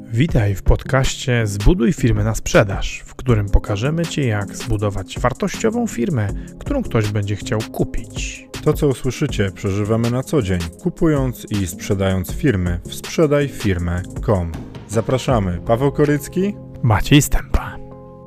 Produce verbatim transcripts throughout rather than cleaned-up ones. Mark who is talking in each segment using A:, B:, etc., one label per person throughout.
A: Witaj w podcaście Zbuduj firmę na sprzedaż, w którym pokażemy Ci, jak zbudować wartościową firmę, którą ktoś będzie chciał kupić.
B: To, co usłyszycie, przeżywamy na co dzień, kupując i sprzedając firmy w sprzedaj firmę kropka com. Zapraszamy, Paweł Korycki,
A: Maciej Stępa.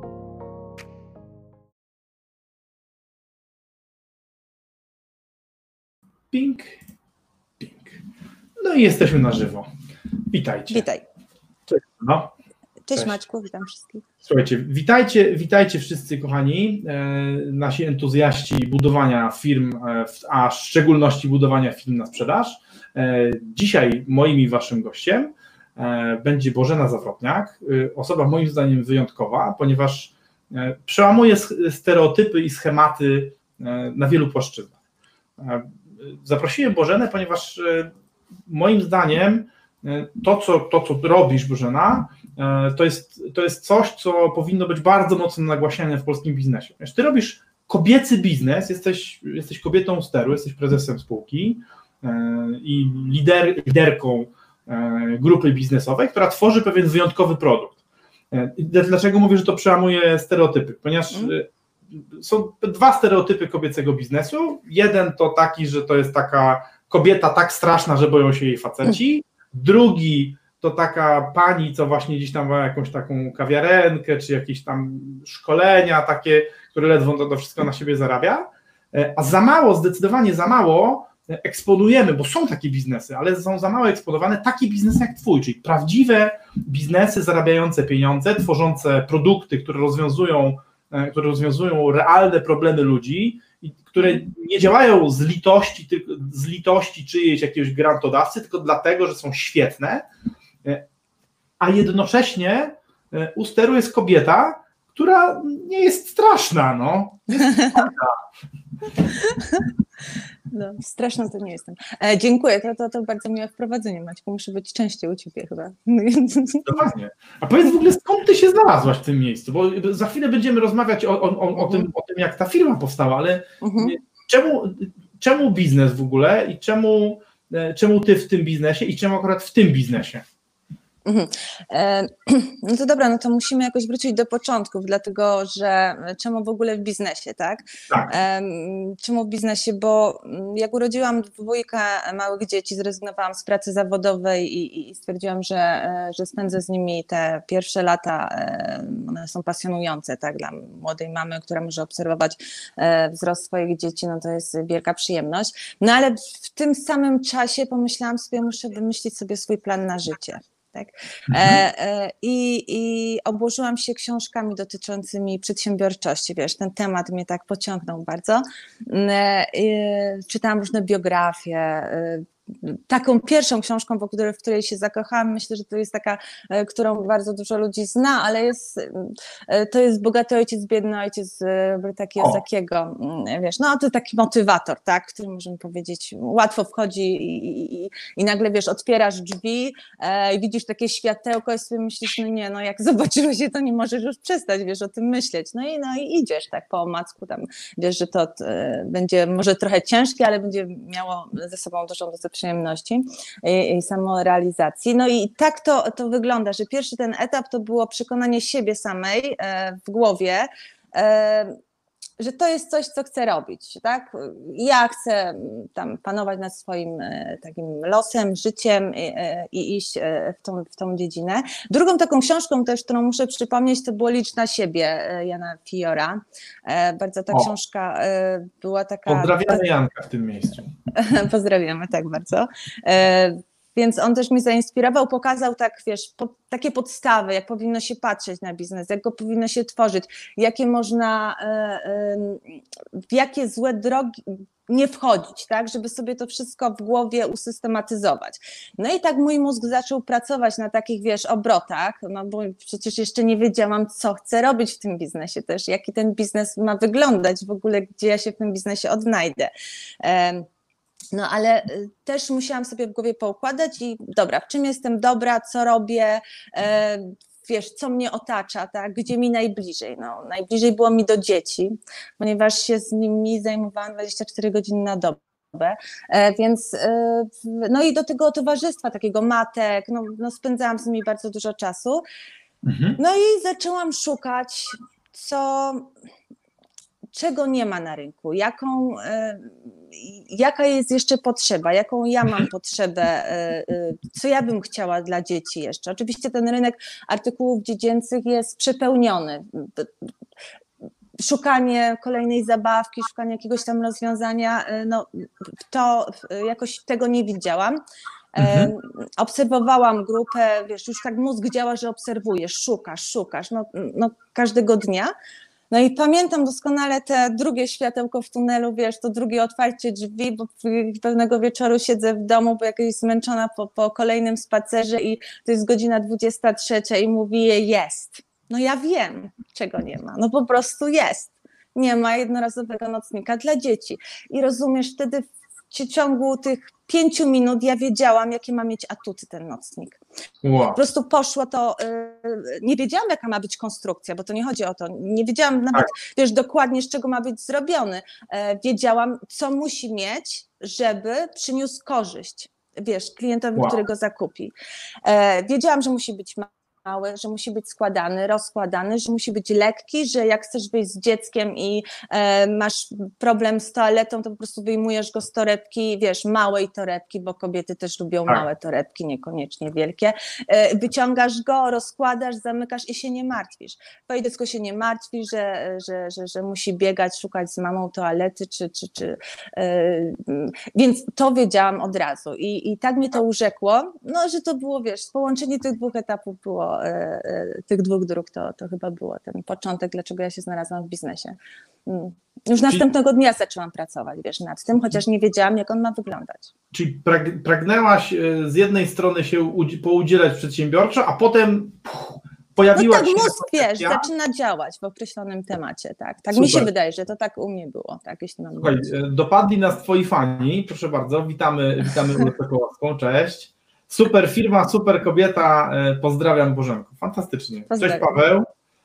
A: Ping, ping. No i jesteśmy na żywo. Witajcie.
C: Witaj.
A: Cześć. No.
C: Cześć, Cześć Maćku, witam wszystkich.
A: Słuchajcie, witajcie, witajcie wszyscy kochani, e, nasi entuzjaści budowania firm, e, a w szczególności budowania firm na sprzedaż. E, dzisiaj moim i waszym gościem e, będzie Bożena Zawrotniak, e, osoba moim zdaniem wyjątkowa, ponieważ e, przełamuje stereotypy i schematy e, na wielu płaszczyznach. E, zaprosiłem Bożenę, ponieważ e, moim zdaniem To co, to, co robisz, Bożena, to jest, to jest coś, co powinno być bardzo mocno nagłaśniane w polskim biznesie. Wiesz, ty robisz kobiecy biznes, jesteś, jesteś kobietą steru, jesteś prezesem spółki i lider, liderką grupy biznesowej, która tworzy pewien wyjątkowy produkt. Dlaczego mówię, że to przełamuje stereotypy? Ponieważ mm. są dwa stereotypy kobiecego biznesu. Jeden to taki, że to jest taka kobieta tak straszna, że boją się jej faceci. Drugi to taka pani, co właśnie gdzieś tam ma jakąś taką kawiarenkę, czy jakieś tam szkolenia takie, które ledwo to, to wszystko na siebie zarabia, a za mało, zdecydowanie za mało eksponujemy, bo są takie biznesy, ale są za mało eksponowane takie biznesy jak twój, czyli prawdziwe biznesy zarabiające pieniądze, tworzące produkty, które rozwiązują, które rozwiązują realne problemy ludzi, które nie działają z litości, tylko z litości czyjejś jakiegoś grantodawcy, tylko dlatego, że są świetne, a jednocześnie u steru jest kobieta, która nie jest straszna, no. Jest
C: No, straszna to nie jestem. E, dziękuję, to, to, to bardzo miłe wprowadzenie, Maćku, muszę być częściej u Ciebie chyba.
A: Dokładnie. A powiedz w ogóle, skąd Ty się znalazłaś w tym miejscu, bo za chwilę będziemy rozmawiać o, o, o, o, tym, o tym, jak ta firma powstała, ale mhm. czemu, czemu biznes w ogóle i czemu, czemu Ty w tym biznesie i czemu akurat w tym biznesie?
C: Mhm. No to dobra, no to musimy jakoś wrócić do początków, dlatego że czemu w ogóle w biznesie, tak?
A: tak.
C: Czemu w biznesie, bo jak urodziłam dwójkę małych dzieci, zrezygnowałam z pracy zawodowej i, i stwierdziłam, że, że spędzę z nimi te pierwsze lata, one są pasjonujące, tak? Dla młodej mamy, która może obserwować wzrost swoich dzieci, no to jest wielka przyjemność. No ale w tym samym czasie pomyślałam sobie, muszę wymyślić sobie swój plan na życie. Tak? E, e, i, I obłożyłam się książkami dotyczącymi przedsiębiorczości, wiesz, ten temat mnie tak pociągnął bardzo. E, e, czytałam różne biografie. E, Taką pierwszą książką, w której, w której się zakochałam, myślę, że to jest taka, którą bardzo dużo ludzi zna, ale jest, to jest Bogaty ojciec, biedny ojciec Roberta Kiyosakiego, wiesz, no to taki motywator, tak, który możemy powiedzieć, łatwo wchodzi i, i, i nagle, wiesz, otwierasz drzwi e, i widzisz takie światełko i sobie myślisz, no nie, no jak zobaczyłeś się, to nie możesz już przestać, wiesz, o tym myśleć, no i, no i idziesz tak po omacku tam, wiesz, że to e, będzie może trochę ciężkie, ale będzie miało ze sobą dużą dosyć przyjemności i, i samorealizacji. No i tak to, to wygląda, że pierwszy ten etap to było przekonanie siebie samej e, w głowie, e, że to jest coś, co chcę robić, tak? Ja chcę tam panować nad swoim e, takim losem, życiem i, e, i iść e, w, tą, w tą dziedzinę. Drugą taką książką też, którą muszę przypomnieć, to było Licz na siebie e, Jana Fiora. E, bardzo ta o. książka e, była taka...
A: Pozdrawiamy Janka w tym miejscu.
C: Pozdrawiamy, tak bardzo. E, Więc on też mnie zainspirował, pokazał tak, wiesz, po, takie podstawy, jak powinno się patrzeć na biznes, jak go powinno się tworzyć, jakie można, e, e, w jakie złe drogi nie wchodzić, tak, żeby sobie to wszystko w głowie usystematyzować. No i tak mój mózg zaczął pracować na takich, wiesz, obrotach, no bo przecież jeszcze nie wiedziałam, co chcę robić w tym biznesie też, jaki ten biznes ma wyglądać, w ogóle gdzie ja się w tym biznesie odnajdę. E, No ale też musiałam sobie w głowie poukładać i dobra, w czym jestem dobra, co robię, e, wiesz, co mnie otacza, tak, gdzie mi najbliżej. No, najbliżej było mi do dzieci, ponieważ się z nimi zajmowałam dwadzieścia cztery godziny na dobę. Więc no i do tego towarzystwa, takiego matek, no, no spędzałam z nimi bardzo dużo czasu. Mhm. No i zaczęłam szukać, co, czego nie ma na rynku, jaką, jaka jest jeszcze potrzeba, jaką ja mam potrzebę, co ja bym chciała dla dzieci jeszcze. Oczywiście ten rynek artykułów dziecięcych jest przepełniony. Szukanie kolejnej zabawki, szukanie jakiegoś tam rozwiązania, no to jakoś tego nie widziałam. Mhm. Obserwowałam grupę, wiesz, już tak mózg działa, że obserwujesz, szukasz, szukasz, no, no każdego dnia. No i pamiętam doskonale te drugie światełko w tunelu, wiesz, to drugie otwarcie drzwi, bo pewnego wieczoru siedzę w domu, bo jakaś zmęczona po, po kolejnym spacerze i to jest godzina dwudziesta trzecia i mówię, jest. No ja wiem, czego nie ma, no po prostu jest. Nie ma jednorazowego nocnika dla dzieci. I rozumiesz, wtedy w ciągu tych pięciu minut ja wiedziałam, jakie ma mieć atuty ten nocnik. Wow. Po prostu poszło to, yy, nie wiedziałam, jaka ma być konstrukcja, bo to nie chodzi o to, nie wiedziałam nawet, tak. wiesz, dokładnie, z czego ma być zrobiony. Yy, wiedziałam, co musi mieć, żeby przyniósł korzyść, wiesz, klientowi, wow. który go zakupi. Yy, wiedziałam, że musi być mały, że musi być składany, rozkładany, że musi być lekki, że jak chcesz wyjść z dzieckiem i e, masz problem z toaletą, to po prostu wyjmujesz go z torebki, wiesz, małej torebki, bo kobiety też lubią tak. małe torebki, niekoniecznie wielkie. E, wyciągasz go, rozkładasz, zamykasz i się nie martwisz. Twoje dziecko się nie martwi, że, że, że, że musi biegać, szukać z mamą toalety, czy, czy, czy e, więc to wiedziałam od razu i, i tak mnie to urzekło, no, że to było, wiesz, połączenie tych dwóch etapów było tych dwóch dróg, to, to chyba było ten początek, dlaczego ja się znalazłam w biznesie. Już następnego dnia zaczęłam pracować, wiesz, nad tym, chociaż nie wiedziałam, jak on ma wyglądać.
A: Czyli prag- pragnęłaś z jednej strony się poudzielać przedsiębiorczo, a potem puh, pojawiła
C: no tak,
A: się...
C: No tak, mózg, wiesz, zaczyna działać w określonym temacie, tak. Tak Super. Mi się wydaje, że to tak u mnie było, tak, jeśli mam
A: Słuchaj, dopadli nas twoi fani, proszę bardzo, witamy, witamy Ulę Sokołowską, cześć. Super firma, super kobieta, pozdrawiam Bożenko, fantastycznie. Pozdrawiam. Cześć Paweł,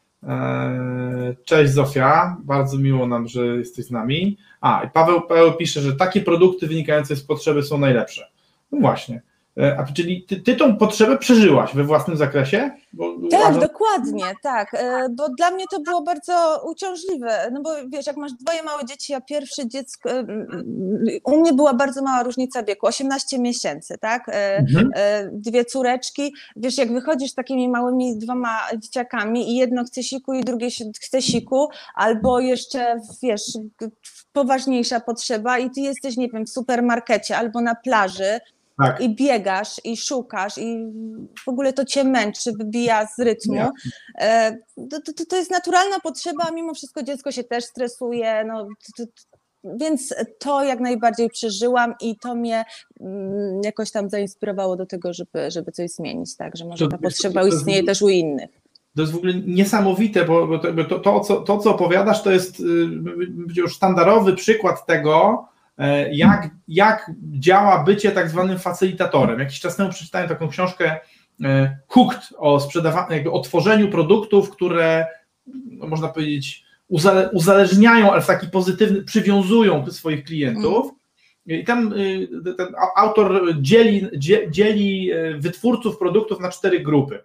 A: cześć Zofia, bardzo miło nam, że jesteś z nami. A, i Paweł, Paweł pisze, że takie produkty wynikające z potrzeby są najlepsze. No właśnie. A czyli ty, ty tą potrzebę przeżyłaś we własnym zakresie?
C: Bo tak, uważam... dokładnie, tak, bo dla mnie to było bardzo uciążliwe, no bo wiesz, jak masz dwoje małe dzieci, a pierwsze dziecko, u mnie była bardzo mała różnica wieku, osiemnaście miesięcy, tak, mhm. dwie córeczki, wiesz, jak wychodzisz z takimi małymi dwoma dzieciakami i jedno chce siku i drugie chce siku, albo jeszcze, wiesz, poważniejsza potrzeba i ty jesteś, nie wiem, w supermarkecie albo na plaży, tak. i biegasz, i szukasz, i w ogóle to cię męczy, wybija z rytmu. Ja. To, to, to jest naturalna potrzeba, a mimo wszystko dziecko się też stresuje, no, to, to, więc to jak najbardziej przeżyłam i to mnie mm, jakoś tam zainspirowało do tego, żeby, żeby coś zmienić, tak, że może ta potrzeba to, to, to istnieje jest... też u innych.
A: To jest w ogóle niesamowite, bo, bo to, to, to, co, to, co opowiadasz, to jest już sztandarowy przykład tego, Jak, jak działa bycie tak zwanym facylitatorem. Jakiś czas temu przeczytałem taką książkę Hooked o sprzedawaniu, jakby o tworzeniu produktów, które, no można powiedzieć, uzale, uzależniają, ale w taki pozytywny, przywiązują swoich klientów. I tam ten autor dzieli, dzieli wytwórców produktów na cztery grupy.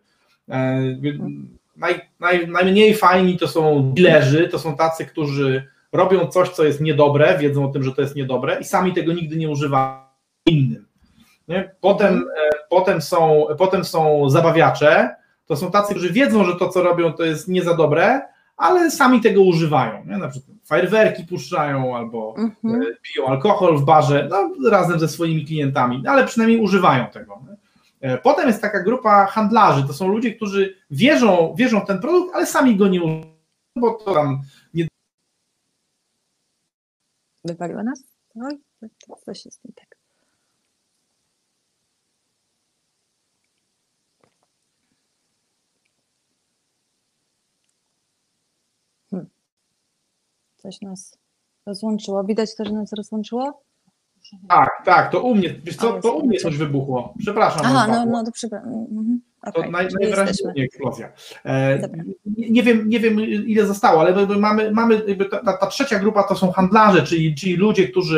A: Naj, naj, najmniej fajni to są dealerzy, to są tacy, którzy robią coś, co jest niedobre, wiedzą o tym, że to jest niedobre i sami tego nigdy nie używają innym. Nie? Potem, mm. e, potem, są, potem są zabawiacze, to są tacy, którzy wiedzą, że to, co robią, to jest nie za dobre, ale sami tego używają. Nie? Na przykład fajerwerki puszczają albo mm-hmm. e, piją alkohol w barze, no, razem ze swoimi klientami, ale przynajmniej używają tego. Nie? E, potem jest taka grupa handlarzy, to są ludzie, którzy wierzą, wierzą w ten produkt, ale sami go nie używają, bo to tam nie
C: Wypaliła nas? Oj, coś jest nie tak. Hmm. Coś nas rozłączyło. Widać to, że nas rozłączyło?
A: Tak, tak, to u mnie, wiesz co, to u mnie coś wybuchło. Przepraszam.
C: Aha, no, no to przepraszam. Mhm.
A: Okay, to naj, najwyraźniej eksplozja. E, nie, nie, wiem, nie wiem ile zostało, ale mamy, mamy ta, ta trzecia grupa to są handlarze, czyli, czyli ludzie, którzy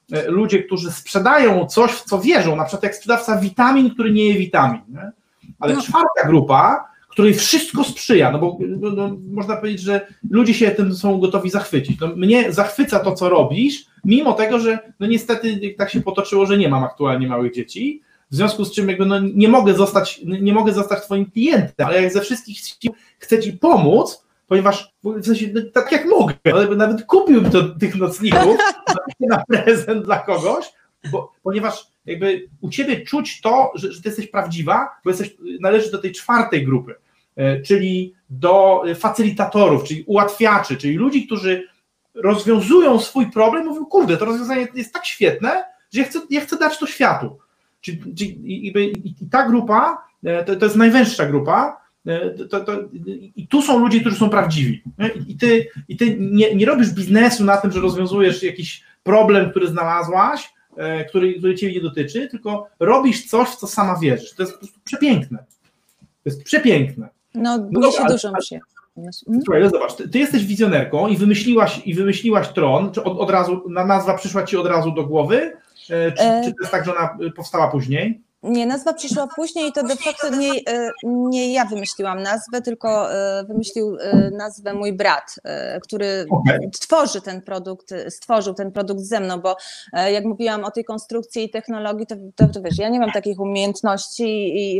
A: ludzie, którzy sprzedają coś, w co wierzą, na przykład jak sprzedawca witamin, który nie je witamin, nie? Ale no. czwarta grupa, której wszystko sprzyja, no bo no, no, można powiedzieć, że ludzie się tym są gotowi zachwycić. No, mnie zachwyca to, co robisz, mimo tego, że no niestety tak się potoczyło, że nie mam aktualnie małych dzieci, w związku z czym jakby no, nie mogę zostać, nie mogę zostać twoim klientem, ale jak ze wszystkich sił chcę ci pomóc, ponieważ w sensie, no, tak jak mogę, ale nawet kupiłbym to, tych nocników na prezent dla kogoś, bo, ponieważ jakby u ciebie czuć to, że, że ty jesteś prawdziwa, bo jesteś, należysz do tej czwartej grupy, czyli do facylitatorów, czyli ułatwiaczy, czyli ludzi, którzy rozwiązują swój problem, mówią, kurde, to rozwiązanie jest tak świetne, że ja chcę, ja chcę dać to światu. Czyli, czyli, i, i, i ta grupa, to, to jest najwęższa grupa, to, to, i tu są ludzie, którzy są prawdziwi. I, i ty, i ty nie, nie robisz biznesu na tym, że rozwiązujesz jakiś problem, który znalazłaś, który, który ciebie nie dotyczy, tylko robisz coś, w co sama wierzysz. To jest po prostu przepiękne. To jest przepiękne.
C: No, no mnie się dużo przyjemność.
A: Słuchaj, no zobacz, ty, ty jesteś wizjonerką i wymyśliłaś, i wymyśliłaś Tron, czy od, od razu, nazwa przyszła ci od razu do głowy, czy, e... czy to jest tak, że ona powstała później?
C: Nie, nazwa przyszła później i to de facto nie, nie ja wymyśliłam nazwę, tylko wymyślił nazwę mój brat, który okay. tworzy ten produkt, stworzył ten produkt ze mną, bo jak mówiłam o tej konstrukcji i technologii, to, to, to wiesz, ja nie mam takich umiejętności i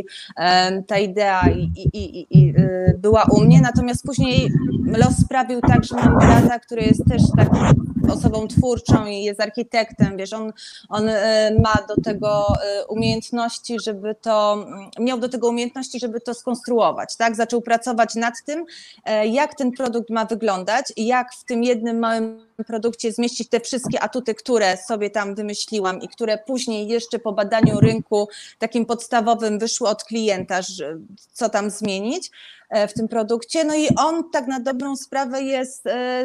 C: ta idea i, i, i, i była u mnie, natomiast później los sprawił tak, że mam brata, który jest też tak osobą twórczą i jest architektem, wiesz, on, on ma do tego umiejętności, żeby to, miał do tego umiejętności, żeby to skonstruować, tak, zaczął pracować nad tym, jak ten produkt ma wyglądać i jak w tym jednym małym produkcie zmieścić te wszystkie atuty, które sobie tam wymyśliłam i które później jeszcze po badaniu rynku takim podstawowym wyszły od klienta, co tam zmienić w tym produkcie, no i on tak na dobrą sprawę jest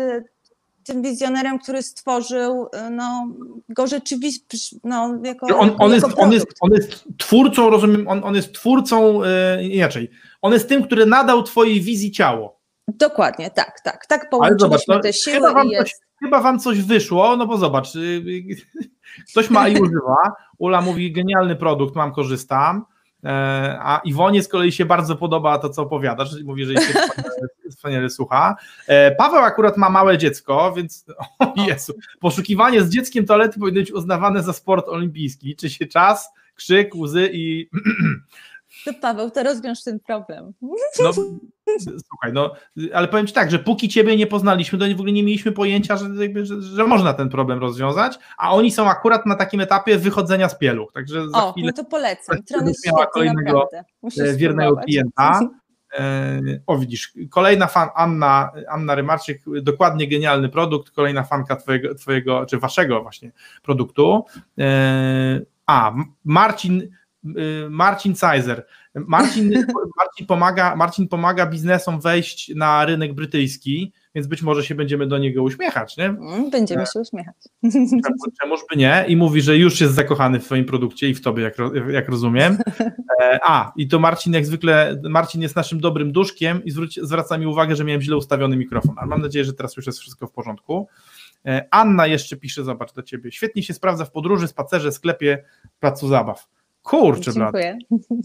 C: tym wizjonerem, który stworzył no, go rzeczywiście no, jako,
A: on, on,
C: jako
A: jest, on, jest, on jest twórcą, rozumiem, on, on jest twórcą, yy, inaczej, on jest tym, który nadał twojej wizji ciało.
C: Dokładnie, tak, tak, tak połączyliśmy zobacz, no, te siły chyba wam,
A: i jest... coś, chyba wam coś wyszło, no bo zobacz, yy, ktoś ma i używa, Ula mówi, genialny produkt, mam, korzystam, a Iwonie z kolei się bardzo podoba to, co opowiadasz, mówi, że jej się wspaniale, wspaniale słucha. Paweł akurat ma małe dziecko, więc o Jezu, poszukiwanie z dzieckiem toalety powinno być uznawane za sport olimpijski. Liczy się czas, krzyk, łzy i...
C: To Paweł, to rozwiąż ten problem.
A: No, słuchaj, no, ale powiem ci tak, że póki ciebie nie poznaliśmy, to w ogóle nie mieliśmy pojęcia, że, jakby, że, że można ten problem rozwiązać, a oni są akurat na takim etapie wychodzenia z pieluch. Także za
C: o,
A: chwilę,
C: no to polecam. Tron jest świetny,
A: kolejnego wiernego spróbować. klienta. O, widzisz, kolejna fan, Anna, Anna Rymarczyk, dokładnie genialny produkt, kolejna fanka twojego, twojego czy waszego właśnie produktu. A, Marcin Marcin Cajzer. Marcin, Marcin, pomaga, Marcin pomaga biznesom wejść na rynek brytyjski, więc być może się będziemy do niego uśmiechać, nie?
C: Będziemy się uśmiechać.
A: Czemu, czemuż by nie? I mówi, że już jest zakochany w swoim produkcie i w tobie, jak, jak rozumiem. A, i to Marcin jak zwykle, Marcin jest naszym dobrym duszkiem i zwróć, zwraca mi uwagę, że miałem źle ustawiony mikrofon, ale mam nadzieję, że teraz już jest wszystko w porządku. Anna jeszcze pisze, zobacz, do ciebie. Świetnie się sprawdza w podróży, spacerze, sklepie, placu zabaw. Kurczę,
C: dziękuję.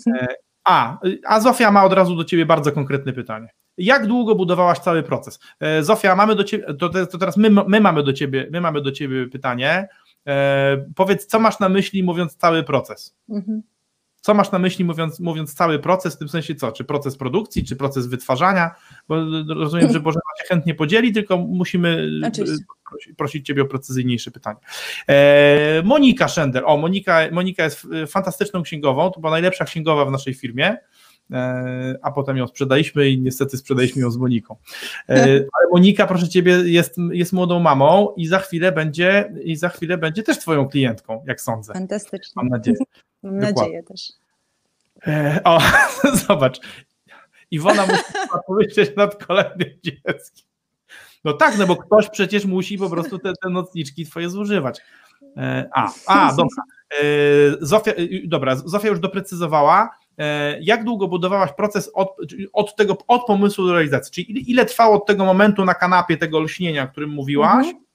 A: A, a Zofia ma od razu do ciebie bardzo konkretne pytanie. Jak długo budowałaś cały proces? Zofia, mamy do ciebie, to, to teraz my, my mamy do ciebie, my mamy do ciebie pytanie. E, powiedz, co masz na myśli, mówiąc cały proces? Mhm. Co masz na myśli, mówiąc, mówiąc cały proces, w tym sensie co? Czy proces produkcji, czy proces wytwarzania? Bo rozumiem, że Bożena się chętnie podzieli, tylko musimy prosić, prosić ciebie o precyzyjniejsze pytanie. E, Monika Szender. O, Monika, Monika jest fantastyczną księgową, to była najlepsza księgowa w naszej firmie, e, a potem ją sprzedaliśmy i niestety sprzedaliśmy ją z Moniką. E, ale Monika, proszę ciebie, jest, jest młodą mamą i za chwilę będzie i za chwilę będzie też twoją klientką, jak sądzę.
C: Fantastycznie.
A: Mam nadzieję.
C: Mam nadzieję też.
A: E, o, zobacz, Iwona musi pomyśleć nad kolejnym dzieckiem. No tak, no bo ktoś przecież musi po prostu te, te nocniczki twoje zużywać. E, a, a, dobra. E, Zofia, dobra, Zofia już doprecyzowała, e, jak długo budowałaś proces od, od tego, od pomysłu do realizacji, czyli ile, ile trwało od tego momentu na kanapie tego lśnienia, o którym mówiłaś, mhm.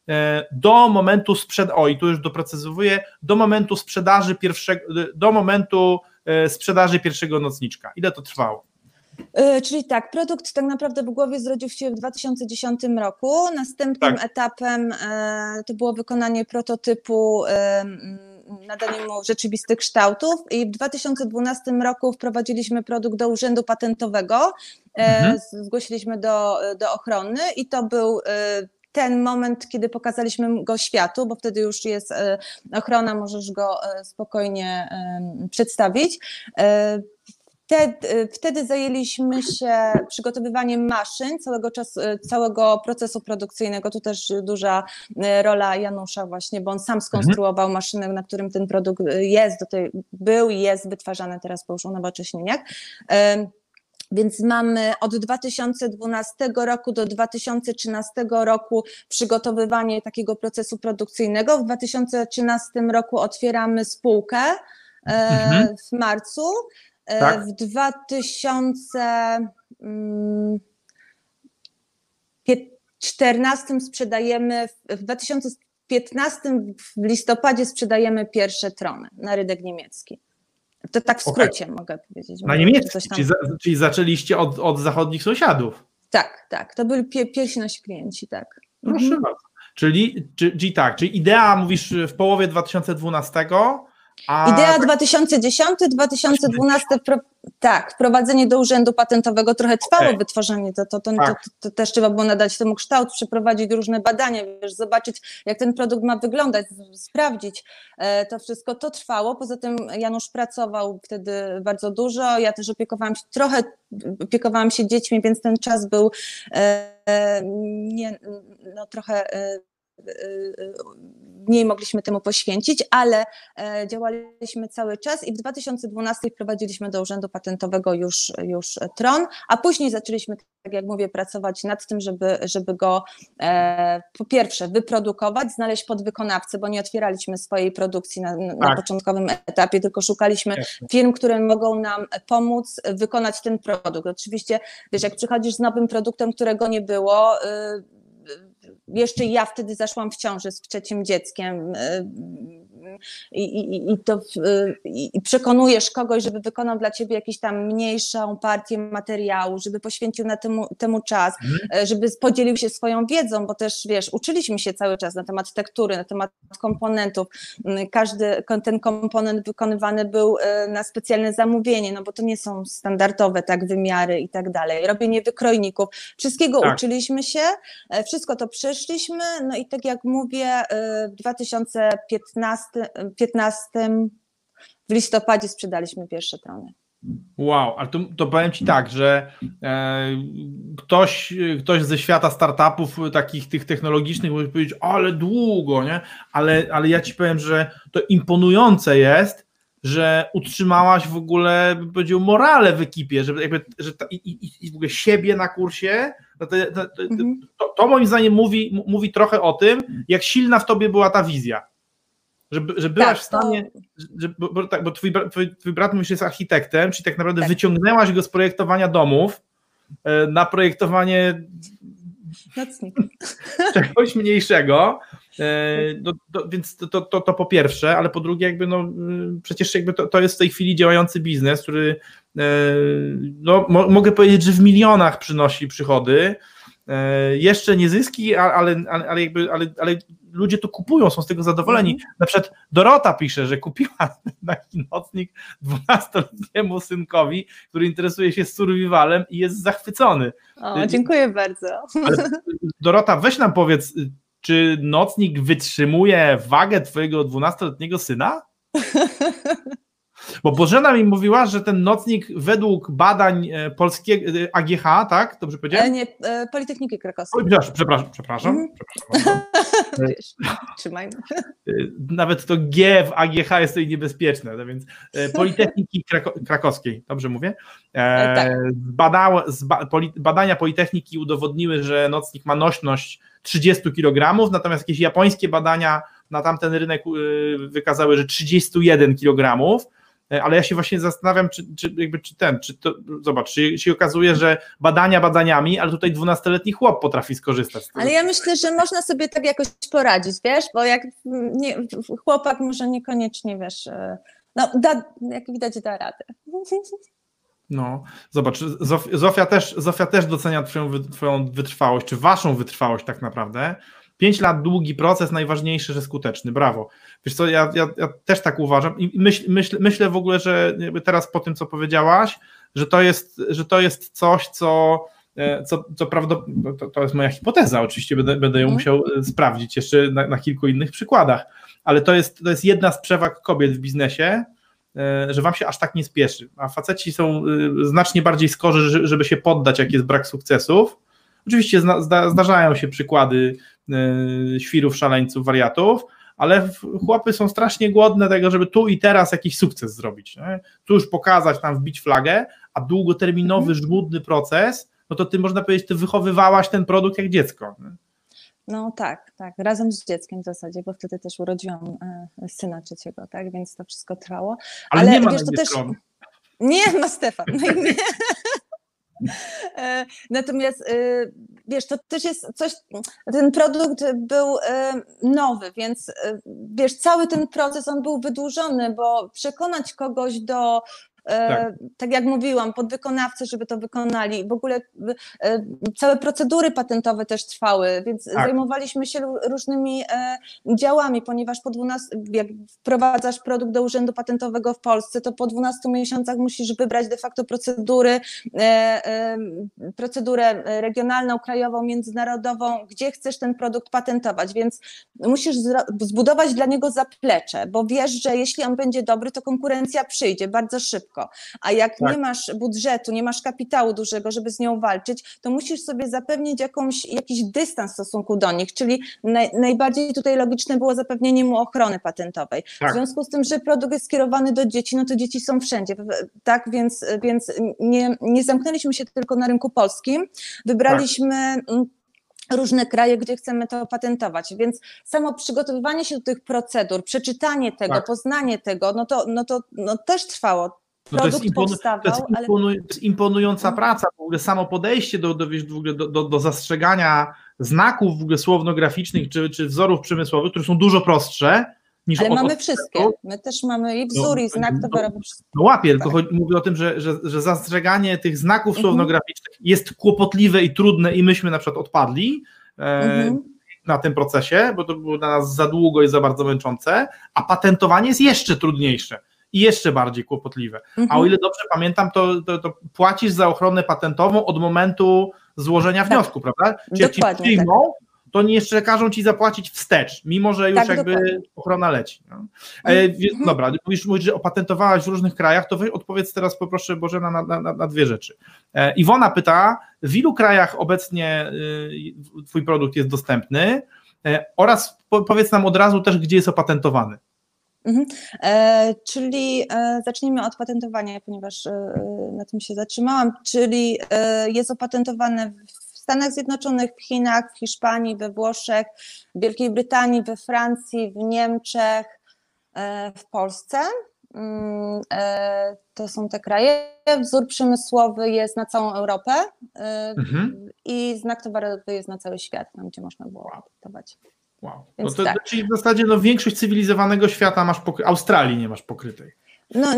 A: do momentu sprzedaży, o i tu już doprecyzowuję, do momentu sprzedaży pierwszego, do momentu sprzedaży pierwszego nocniczka. Ile to trwało?
C: Czyli tak, produkt tak naprawdę w głowie zrodził się w dwa tysiące dziesiątym roku. Następnym tak. etapem to było wykonanie prototypu, nadanie mu rzeczywistych kształtów i w dwa tysiące dwunastym roku wprowadziliśmy produkt do Urzędu Patentowego, mhm. zgłosiliśmy do, do ochrony i to był ten moment, kiedy pokazaliśmy go światu, bo wtedy już jest ochrona, możesz go spokojnie przedstawić. Wtedy, wtedy zajęliśmy się przygotowywaniem maszyn, całego czasu, całego procesu produkcyjnego. Tu też duża rola Janusza właśnie, bo on sam skonstruował maszynę, na którym ten produkt jest, do tej, był i jest wytwarzany teraz po już unowocześnieniach. Więc mamy od dwa tysiące dwunastego roku do dwa tysiące trzynastego roku przygotowywanie takiego procesu produkcyjnego. W dwa tysiące trzynastym roku otwieramy spółkę mhm. w marcu. Tak. W dwa tysiące czternastym sprzedajemy, w dwa tysiące piętnastym w listopadzie sprzedajemy pierwsze trony na rynek niemiecki. To tak w skrócie okay. mogę powiedzieć.
A: Na niemiecki, tam... czyli, za, czyli zaczęliście od, od zachodnich sąsiadów.
C: Tak, tak, to byli pie, pierwsi nasi klienci, tak.
A: Proszę mhm. bardzo. Czyli, czyli, czyli tak, czyli idea mówisz w połowie dwa tysiące dwunastego. A...
C: Idea dwa tysiące dziesiąty dwa tysiące dwunasty, pro, tak, wprowadzenie do Urzędu Patentowego, trochę trwało okay. wytworzenie, to, to, to, tak. to, to też trzeba było nadać temu kształt, przeprowadzić różne badania, wiesz, zobaczyć jak ten produkt ma wyglądać, sprawdzić to wszystko, to trwało, poza tym Janusz pracował wtedy bardzo dużo, ja też opiekowałam się, trochę opiekowałam się dziećmi, więc ten czas był e, nie, no trochę e, mniej mogliśmy temu poświęcić, ale działaliśmy cały czas i w dwa tysiące dwunastym wprowadziliśmy do Urzędu Patentowego już, już tron, a później zaczęliśmy, tak jak mówię, pracować nad tym, żeby, żeby go e, po pierwsze wyprodukować, znaleźć podwykonawcę, bo nie otwieraliśmy swojej produkcji na, na tak. początkowym etapie, tylko szukaliśmy Jasne. firm, które mogą nam pomóc wykonać ten produkt. Oczywiście, wiesz, jak przychodzisz z nowym produktem, którego nie było, y, jeszcze ja wtedy zaszłam w ciąży z trzecim dzieckiem i, i, i, to, i przekonujesz kogoś, żeby wykonał dla ciebie jakąś tam mniejszą partię materiału, żeby poświęcił na temu, temu czas, mhm. żeby podzielił się swoją wiedzą, bo też wiesz, uczyliśmy się cały czas na temat tektury, na temat komponentów. Każdy ten komponent wykonywany był na specjalne zamówienie, no bo to nie są standardowe tak wymiary i tak dalej. Robienie wykrojników. Wszystkiego tak. uczyliśmy się, wszystko to przeszliśmy, no i tak jak mówię, w dwa tysiące piętnastym w listopadzie sprzedaliśmy pierwsze trony.
A: Wow, ale to, to powiem Ci tak, że e, ktoś, ktoś ze świata startupów takich tych technologicznych może powiedzieć, ale długo, nie? Ale, ale ja Ci powiem, że to imponujące jest, że utrzymałaś w ogóle, bym powiedział, morale w ekipie, że, jakby, że ta, i, i, i w ogóle siebie na kursie, to, to, to,
C: mhm.
A: to, to moim zdaniem mówi, mówi trochę o tym, jak silna w Tobie była ta wizja. Że, że byłaś tak, w stanie, to... że, bo, bo, tak, bo twój, twój, twój brat już jest architektem, czyli tak naprawdę tak. wyciągnęłaś go z projektowania domów e, na projektowanie czegoś mniejszego, e, do, do, więc to, to, to po pierwsze, ale po drugie jakby no przecież jakby to, to jest w tej chwili działający biznes, który e, no mo, mogę powiedzieć, że w milionach przynosi przychody, e, jeszcze nie zyski, ale, ale, ale jakby ale, ale ludzie to kupują, są z tego zadowoleni. Mm. Na przykład Dorota pisze, że kupiła taki nocnik dwunastoletniemu synkowi, który interesuje się survivalem i jest zachwycony.
C: O, dziękuję bardzo.
A: Ale Dorota, weź nam powiedz, czy nocnik wytrzymuje wagę twojego dwunastoletniego syna? Bo Bożena mi mówiła, że ten nocnik według badań polskiego A G H, tak? Dobrze powiedziałem?
C: Nie, Politechniki Krakowskiej.
A: Przepraszam, przepraszam. przepraszam,
C: mm.
A: przepraszam
C: Wiesz, trzymajmy.
A: Nawet to G w A G H jest tutaj niebezpieczne, no więc Politechniki Krako- Krakowskiej, dobrze mówię? E, tak. Badał, badania Politechniki udowodniły, że nocnik ma nośność trzydzieści kilogramów, natomiast jakieś japońskie badania na tamten rynek wykazały, że trzydzieści jeden kilogramów. ale ja się właśnie zastanawiam, czy, czy, jakby, czy ten, czy to, zobacz, czy się okazuje, że badania badaniami, ale tutaj dwunastoletni chłop potrafi skorzystać z tego.
C: Ale ja myślę, że można sobie tak jakoś poradzić, wiesz, bo jak nie, chłopak może niekoniecznie, wiesz, no da, jak widać da radę.
A: No, zobacz, Zof, Zofia, też, Zofia też docenia twoją, twoją wytrwałość, czy waszą wytrwałość tak naprawdę. Pięć lat długi proces, najważniejszy, że skuteczny, brawo. Wiesz co, ja, ja, ja też tak uważam i myśl, myśl, myślę w ogóle, że teraz po tym, co powiedziałaś, że to jest, że to jest coś, co, co, co prawdopodobnie, to, to jest moja hipoteza, oczywiście będę, będę ją musiał sprawdzić jeszcze na, na kilku innych przykładach, ale to jest, to jest jedna z przewag kobiet w biznesie, że wam się aż tak nie spieszy, a faceci są znacznie bardziej skorzy, żeby się poddać, jak jest brak sukcesów. Oczywiście zna, zda, zdarzają się przykłady świrów, szaleńców, wariatów, ale chłopy są strasznie głodne tego, żeby tu i teraz jakiś sukces zrobić, nie? Tu już pokazać, tam wbić flagę, a długoterminowy, żmudny proces, no to ty, można powiedzieć, ty wychowywałaś ten produkt jak dziecko. Nie?
C: No tak, tak, razem z dzieckiem w zasadzie, bo wtedy też urodziłam e, syna trzeciego, tak, więc to wszystko trwało.
A: Ale, ale nie ma wiesz, to też Stron.
C: Nie ma Stefan. No i nie. Natomiast wiesz, to też jest coś, ten produkt był nowy, więc wiesz, cały ten proces on był wydłużony, bo przekonać kogoś do Tak. tak jak mówiłam, podwykonawcy, żeby to wykonali. W ogóle całe procedury patentowe też trwały, więc tak. zajmowaliśmy się różnymi działami, ponieważ po dwunastu, jak wprowadzasz produkt do Urzędu Patentowego w Polsce, to po dwunastu miesiącach musisz wybrać de facto procedury, procedurę regionalną, krajową, międzynarodową, gdzie chcesz ten produkt patentować, więc musisz zbudować dla niego zaplecze, bo wiesz, że jeśli on będzie dobry, to konkurencja przyjdzie bardzo szybko. A jak tak. nie masz budżetu, nie masz kapitału dużego, żeby z nią walczyć, to musisz sobie zapewnić jakąś, jakiś dystans w stosunku do nich, czyli naj, najbardziej tutaj logiczne było zapewnienie mu ochrony patentowej. Tak. W związku z tym, że produkt jest skierowany do dzieci, no to dzieci są wszędzie, tak, więc, więc nie, nie zamknęliśmy się tylko na rynku polskim, wybraliśmy tak. różne kraje, gdzie chcemy to patentować, więc samo przygotowywanie się do tych procedur, przeczytanie tego, tak. poznanie tego, no to, no to no też trwało.
A: No to, jest imponu, powstawał, to, jest imponu, ale... to jest imponująca praca, w ogóle samo podejście do, do, wiesz, w ogóle do, do, do zastrzegania znaków w ogóle słowno-graficznych czy, czy wzorów przemysłowych, które są dużo prostsze niż
C: Ale mamy wszystkie, my też mamy i wzór, no, i znak towarowy.
A: No łapię, tylko tak. chodzi, mówię o tym, że, że, że zastrzeganie tych znaków słowno-graficznych mhm. jest kłopotliwe i trudne i myśmy na przykład odpadli mhm. e, na tym procesie, bo to było dla nas za długo i za bardzo męczące, a patentowanie jest jeszcze trudniejsze. I jeszcze bardziej kłopotliwe. Mhm. A o ile dobrze pamiętam, to, to, to płacisz za ochronę patentową od momentu złożenia tak. wniosku, prawda? Czyli jak ci przyjmą, tak. to nie jeszcze każą ci zapłacić wstecz, mimo że już tak, jakby dokładnie. ochrona leci. No. E, więc, mhm. Dobra, mówisz, mówisz, że opatentowałaś w różnych krajach, to wy odpowiedz teraz poproszę Bożena na, na, na dwie rzeczy. E, Iwona pyta, w ilu krajach obecnie y, twój produkt jest dostępny e, oraz po, powiedz nam od razu też, gdzie jest opatentowany.
C: Mhm. E, czyli e, zacznijmy od patentowania, ponieważ e, na tym się zatrzymałam, czyli e, jest opatentowane w Stanach Zjednoczonych, w Chinach, w Hiszpanii, we Włoszech, w Wielkiej Brytanii, we Francji, w Niemczech, e, w Polsce. E, to są te kraje. Wzór przemysłowy jest na całą Europę e, mhm. i znak towarowy jest na cały świat, tam gdzie można było patentować.
A: Wow. No to, tak. Czyli w zasadzie no, większość cywilizowanego świata masz pokry- Australii nie masz pokrytej.
C: No,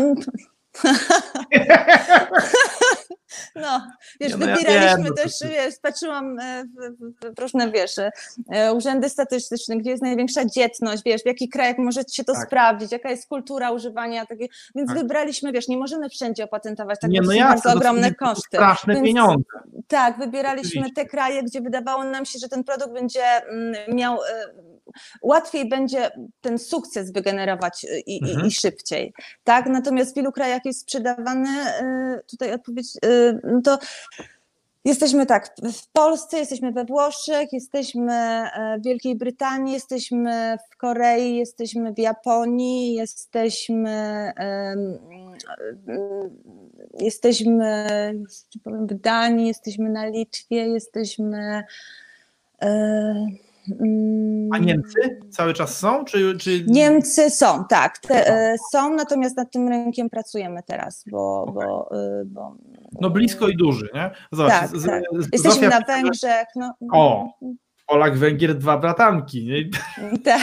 C: no wiesz,
A: no,
C: wybieraliśmy
A: ja wiem,
C: też,
A: no to...
C: wiesz, patrzyłam w, w różne, wiesz, urzędy statystyczne, gdzie jest największa dzietność, wiesz, w jakich krajach może się to tak. sprawdzić, jaka jest kultura używania takiej, więc tak. wybraliśmy, wiesz, nie możemy wszędzie opatentować, tak, nie, no są jasne, bardzo ogromne koszty.
A: Straszne więc, pieniądze.
C: Tak, wybieraliśmy Oczywiście. te kraje, gdzie wydawało nam się, że ten produkt będzie miał, łatwiej będzie ten sukces wygenerować i, mhm. i, i szybciej, tak, natomiast w wielu krajach jest sprzedawany, tutaj odpowiedź, no to jesteśmy tak, w Polsce, jesteśmy we Włoszech, jesteśmy w Wielkiej Brytanii, jesteśmy w Korei, jesteśmy w Japonii, jesteśmy jesteśmy w Danii, jesteśmy na Litwie, jesteśmy
A: A Niemcy cały czas są? Czy, czy...
C: Niemcy są, tak, te, są, natomiast nad tym rynkiem pracujemy teraz, bo... Okay. bo, bo
A: no blisko i duży, nie? Zobacz,
C: tak,
A: z,
C: tak.
A: Z,
C: Jesteśmy
A: Zofia,
C: na Węgrzech. No.
A: O, Polak, Węgier, dwa bratanki. Nie?
C: Tak.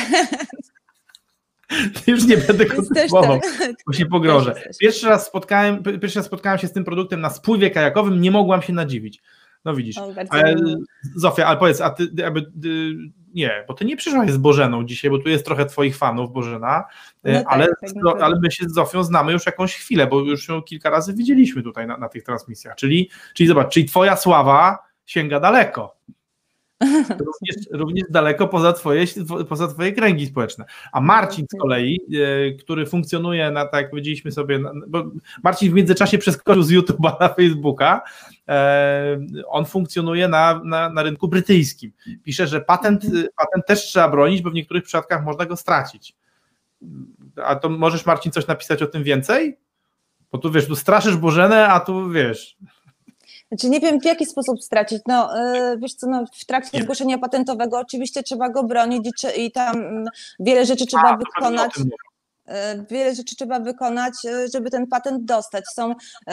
A: Już nie będę kontynuował,
C: tak.
A: bo się pogrożę. Pierwszy raz, spotkałem, pierwszy raz spotkałem się z tym produktem na spływie kajakowym, nie mogłam się nadziwić. No widzisz. O, ale, Zofia, ale powiedz, a ty, jakby, ty nie, bo ty nie przyszłaś z Bożeną dzisiaj, bo tu jest trochę twoich fanów, Bożena, no ale, tak, tak, ale my się z Zofią znamy już jakąś chwilę, bo już ją kilka razy widzieliśmy tutaj na, na tych transmisjach, czyli, czyli zobacz, czyli twoja sława sięga daleko. Również, również daleko poza twoje, poza twoje kręgi społeczne. A Marcin z kolei, e, który funkcjonuje na, tak jak powiedzieliśmy sobie, na, bo Marcin w międzyczasie przeskoczył z YouTube'a na Facebooka, e, on funkcjonuje na, na, na rynku brytyjskim. Pisze, że patent, patent też trzeba bronić, bo w niektórych przypadkach można go stracić. A to możesz, Marcin, coś napisać o tym więcej? Bo tu wiesz, tu straszysz Bożenę, a tu wiesz...
C: Znaczy nie wiem, w jaki sposób stracić. No, yy, wiesz co, no, w trakcie zgłoszenia patentowego oczywiście trzeba go bronić i, i tam wiele rzeczy trzeba A, wykonać. Wiele rzeczy trzeba wykonać, żeby ten patent dostać. Są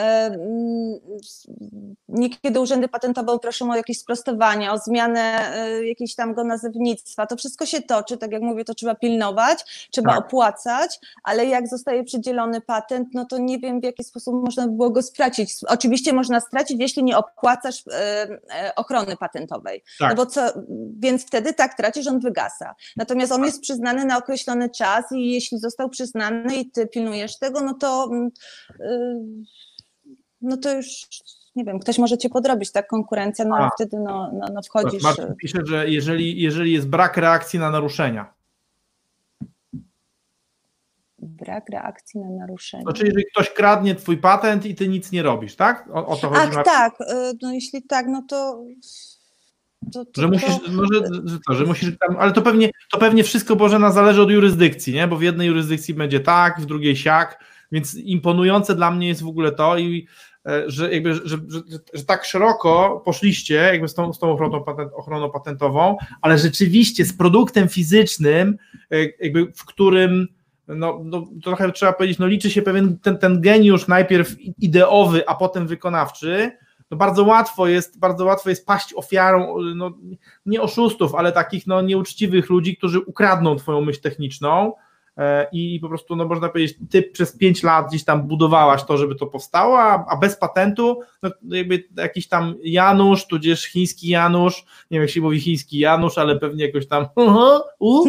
C: niekiedy urzędy patentowe proszą o jakieś sprostowania, o zmianę jakiegoś tam go nazewnictwa. To wszystko się toczy, tak jak mówię, to trzeba pilnować, trzeba tak. opłacać, ale jak zostaje przydzielony patent, no to nie wiem, w jaki sposób można by było go stracić. Oczywiście można stracić, jeśli nie opłacasz ochrony patentowej. Tak. No bo co, więc wtedy tak tracisz, on wygasa. Natomiast on jest przyznany na określony czas i jeśli został przyznany znany i ty pilnujesz tego, no to yy, no to już nie wiem, ktoś może cię podrobić, tak, konkurencja, no ale wtedy no, no, no wchodzisz.
A: Marcin pisze, że jeżeli, jeżeli jest brak reakcji na naruszenia.
C: Brak reakcji na naruszenia.
A: Znaczy, jeżeli ktoś kradnie twój patent i ty nic nie robisz, tak? O, o to chodzi.
C: Ach, tak, no jeśli tak, no to... To, to,
A: że musisz, to... no, że, że, to, że musisz tam, ale to pewnie, to pewnie wszystko, Bożena, zależy od jurysdykcji, nie? Bo w jednej jurysdykcji będzie tak, w drugiej siak, więc imponujące dla mnie jest w ogóle to, i, że, jakby, że, że, że, że tak szeroko poszliście jakby z tą, z tą ochroną, patent, ochroną patentową, ale rzeczywiście z produktem fizycznym, jakby w którym no, no trochę trzeba powiedzieć, no liczy się pewien ten, ten geniusz najpierw ideowy, a potem wykonawczy. No bardzo łatwo jest, bardzo łatwo jest paść ofiarą, no, nie oszustów, ale takich no, nieuczciwych ludzi, którzy ukradną twoją myśl techniczną e, i po prostu, no można powiedzieć, ty przez pięć lat gdzieś tam budowałaś to, żeby to powstało, a, a bez patentu, no jakby jakiś tam Janusz, tudzież chiński Janusz, nie wiem jak się mówi chiński Janusz, ale pewnie jakoś tam uh, uh,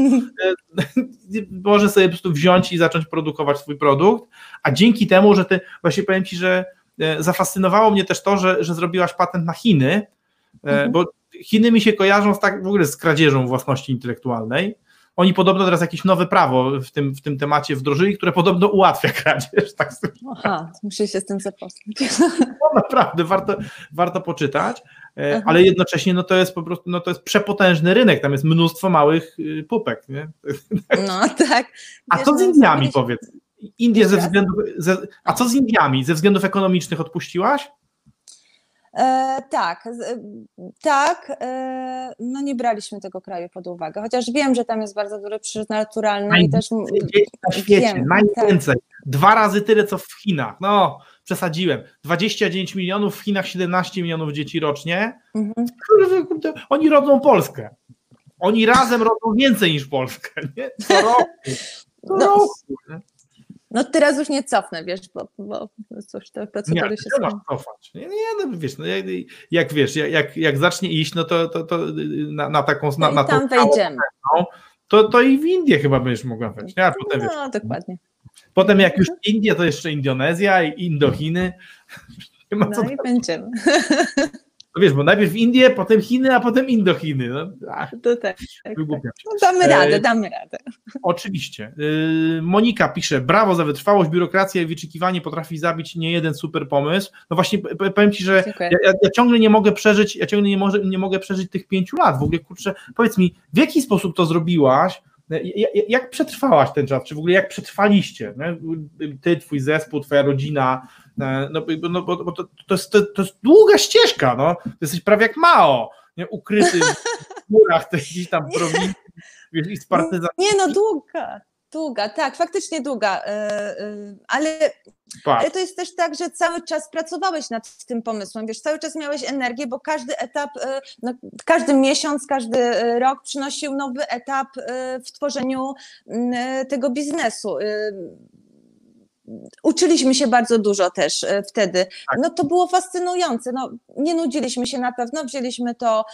A: może sobie po prostu wziąć i zacząć produkować swój produkt, a dzięki temu, że ty, właśnie powiem ci, że zafascynowało mnie też to, że, że zrobiłaś patent na Chiny, mhm. bo Chiny mi się kojarzą z tak w ogóle z kradzieżą własności intelektualnej. Oni podobno teraz jakieś nowe prawo w tym, w tym temacie wdrożyli, które podobno ułatwia kradzież. Tak
C: Aha, muszę się z tym zapoznać.
A: No naprawdę, warto, warto poczytać, Aha. ale jednocześnie no to jest po prostu, no to jest przepotężny rynek, tam jest mnóstwo małych pupek. Nie?
C: No tak.
A: A co z Indiami, powiedz? Indie ze względów, ze, a co z Indiami? Ze względów ekonomicznych odpuściłaś?
C: E, tak, z, tak, e, no nie braliśmy tego kraju pod uwagę, chociaż wiem, że tam jest bardzo duży przyrost naturalny.
A: Najwięcej
C: i też
A: dzieci na świecie, wiem, najwięcej, tak. Dwa razy tyle co w Chinach, no przesadziłem, dwadzieścia dziewięć milionów, w Chinach siedemnaście milionów dzieci rocznie, mhm. Oni rodzą Polskę, oni razem rodzą więcej niż Polskę, nie? Co roku, co
C: no.
A: roku. Nie?
C: No teraz już nie cofnę, wiesz, bo, bo coś te procedury
A: nie,
C: się
A: nie masz cofać. Nie, nie, no wiesz, no, jak, jak wiesz, jak, jak zacznie iść, no to, to, to na, na taką na,
C: no
A: na
C: i tam wejdziemy.
A: No, to, to i w Indię chyba będziesz mogła wejść. Nie? A potem,
C: no,
A: wiesz,
C: dokładnie.
A: Potem jak już Indie, to jeszcze Indonezja i Indochiny. Nie ma
C: no
A: co
C: i będziemy.
A: No wiesz, bo najpierw Indie, potem Chiny, a potem Indochiny. No, ach,
C: to tak. tak, tak. No, damy radę, damy radę.
A: Oczywiście. Monika pisze, brawo za wytrwałość, biurokracja i wyczekiwanie potrafi zabić niejeden super pomysł. No właśnie powiem ci, że ja, ja, ja ciągle nie mogę przeżyć, ja ciągle nie, może, nie mogę przeżyć tych pięciu lat. W ogóle, kurczę, powiedz mi, w jaki sposób to zrobiłaś? Jak przetrwałaś ten czas? Czy w ogóle jak przetrwaliście? Nie? Ty, twój zespół, twoja rodzina, no, no, bo, bo to, to, jest, to, to jest długa ścieżka, no. Ty jesteś prawie jak Mao, nie? Ukryty chmurach, to jakiś tam prowincji, wiesz, i z partyzantami.
C: Nie no, długa, długa, tak, faktycznie długa, ale, ale to jest też tak, że cały czas pracowałeś nad tym pomysłem, wiesz, cały czas miałeś energię, bo każdy etap, no, każdy miesiąc, każdy rok przynosił nowy etap w tworzeniu tego biznesu. Uczyliśmy się bardzo dużo też wtedy. No to było fascynujące. No, nie nudziliśmy się na pewno, wzięliśmy to,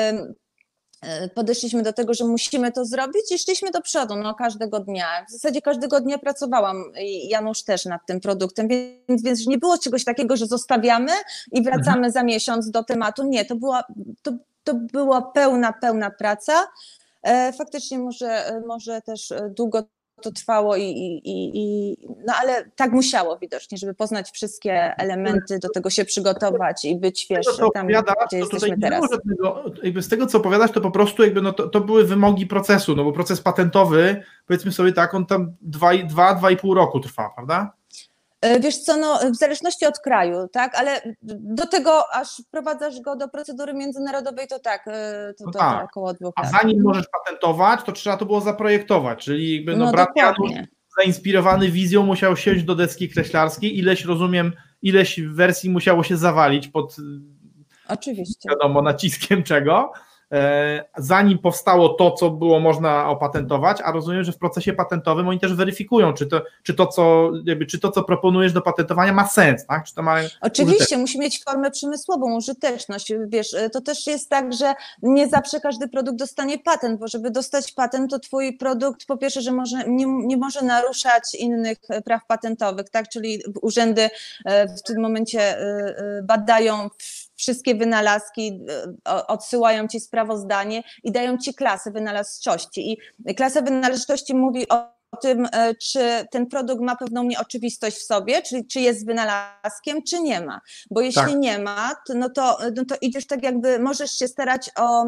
C: podeszliśmy do tego, że musimy to zrobić i szliśmy do przodu, no każdego dnia. W zasadzie każdego dnia pracowałam i Janusz też nad tym produktem, więc, więc nie było czegoś takiego, że zostawiamy i wracamy mhm. za miesiąc do tematu. Nie, to była, to, to była pełna, pełna praca. Faktycznie może, może też długo to trwało i, i, i, no ale tak musiało widocznie, żeby poznać wszystkie elementy, do tego się przygotować i być, wiesz, tam, gdzie jesteśmy teraz.
A: Żadnego, jakby z tego, co opowiadasz, to po prostu jakby no to, to były wymogi procesu, no bo proces patentowy, powiedzmy sobie tak, on tam dwa, dwa, dwa i pół roku trwa, prawda?
C: Wiesz co, no w zależności od kraju, tak, ale do tego, aż wprowadzasz go do procedury międzynarodowej, to tak, to,
A: no
C: to,
A: tak.
C: to około dwóch
A: A
C: lat.
A: zanim możesz patentować, to trzeba to było zaprojektować, czyli jakby no,
C: no
A: brat
C: dokładnie.
A: Janusz zainspirowany wizją musiał siąść do deski kreślarskiej, ileś, rozumiem, ileś wersji musiało się zawalić pod,
C: oczywiście,
A: wiadomo, naciskiem czego, zanim powstało to, co było można opatentować, a rozumiem, że w procesie patentowym oni też weryfikują, czy to, czy to, co, jakby, czy to, co proponujesz do patentowania, ma sens, tak? Czy to ma
C: Oczywiście, musi mieć formę przemysłową, użyteczność. Wiesz, to też jest tak, że nie zawsze każdy produkt dostanie patent, bo żeby dostać patent, to twój produkt po pierwsze, że może, nie, nie może naruszać innych praw patentowych, tak? Czyli urzędy w tym momencie badają wszystkie wynalazki, odsyłają ci sprawozdanie i dają ci klasę wynalazczości. I klasa wynalazczości mówi o o tym, czy ten produkt ma pewną nieoczywistość w sobie, czyli czy jest wynalazkiem, czy nie ma. Bo jeśli tak. nie ma, to, no, to, no to idziesz tak jakby, możesz się starać o,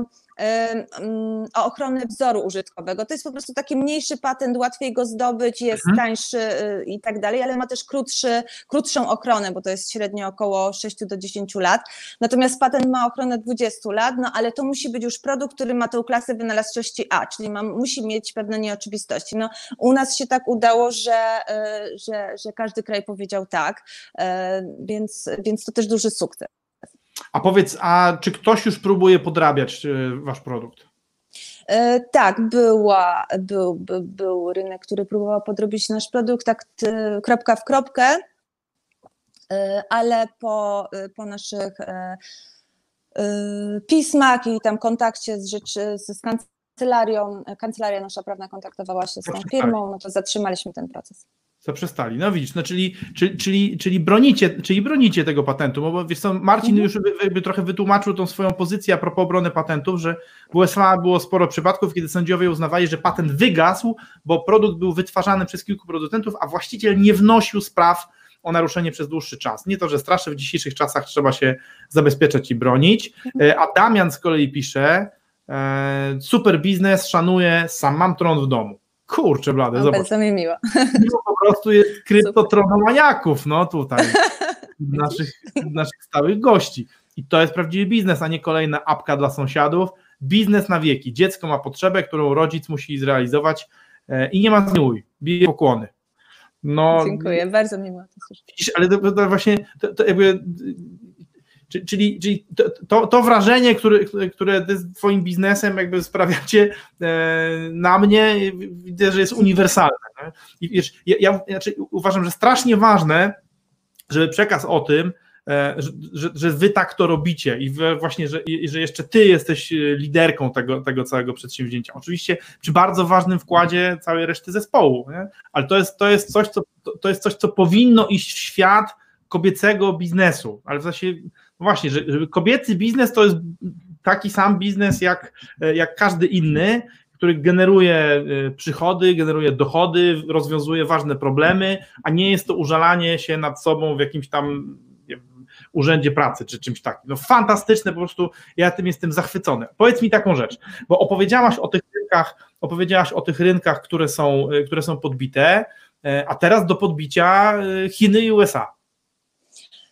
C: o ochronę wzoru użytkowego. To jest po prostu taki mniejszy patent, łatwiej go zdobyć, jest mhm. tańszy i tak dalej, ale ma też krótszy, krótszą ochronę, bo to jest średnio około sześć do dziesięciu lat. Natomiast patent ma ochronę dwudziestu lat, no ale to musi być już produkt, który ma tą klasę wynalazczości A, czyli ma, musi mieć pewne nieoczywistości. No, u nas się tak udało, że, że, że każdy kraj powiedział tak, więc, więc to też duży sukces.
A: A powiedz, a czy ktoś już próbuje podrabiać wasz produkt?
C: Tak, była, był, był, był rynek, który próbował podrobić nasz produkt tak kropka w kropkę, ale po, po naszych pismach i tam kontakcie z rzeczy, z kancelarią, kancelaria nasza prawna kontaktowała się z tą firmą, no to zatrzymaliśmy ten proces.
A: Zaprzestali. No widzisz, no czyli, czyli, czyli, czyli, bronicie, czyli bronicie tego patentu, bo wiesz co, Marcin mhm. już jakby trochę wytłumaczył tą swoją pozycję a propos obrony patentów, że w U S A było sporo przypadków, kiedy sędziowie uznawali, że patent wygasł, bo produkt był wytwarzany przez kilku producentów, a właściciel nie wnosił spraw o naruszenie przez dłuższy czas. Nie to, że straszę, w dzisiejszych czasach trzeba się zabezpieczać i bronić. A Damian z kolei pisze, super biznes, szanuję, sam mam tron w domu. Kurczę blade,
C: no,
A: zobacz.
C: Bardzo mi miło.
A: Po prostu jest kryptotronomaniaków, no tutaj, naszych, naszych stałych gości. I to jest prawdziwy biznes, a nie kolejna apka dla sąsiadów. Biznes na wieki. Dziecko ma potrzebę, którą rodzic musi zrealizować i nie ma zmiłuj. Bije pokłony. No,
C: dziękuję, bardzo mi miło to słyszeć.
A: Widzisz, ale to, to właśnie, to, to jakby... Czyli, czyli to, to, to wrażenie, które, które twoim biznesem jakby sprawiacie na mnie, widzę, że jest uniwersalne. Nie? I wiesz, ja, ja znaczy uważam, że strasznie ważne, żeby przekaz o tym, że, że, że wy tak to robicie i wy właśnie, że, że jeszcze ty jesteś liderką tego, tego całego przedsięwzięcia. Oczywiście przy bardzo ważnym wkładzie całej reszty zespołu, nie? Ale to jest, to jest coś, co, to jest coś, co powinno iść w świat kobiecego biznesu, ale w zasadzie właśnie, że, że kobiecy biznes to jest taki sam biznes jak, jak każdy inny, który generuje przychody, generuje dochody, rozwiązuje ważne problemy, a nie jest to użalanie się nad sobą w jakimś tam nie wiem, urzędzie pracy czy czymś takim. No fantastyczne, po prostu ja tym jestem zachwycony. Powiedz mi taką rzecz, bo opowiedziałaś o tych rynkach, opowiedziałaś o tych rynkach, które są, które są podbite, a teraz do podbicia Chiny i U S A.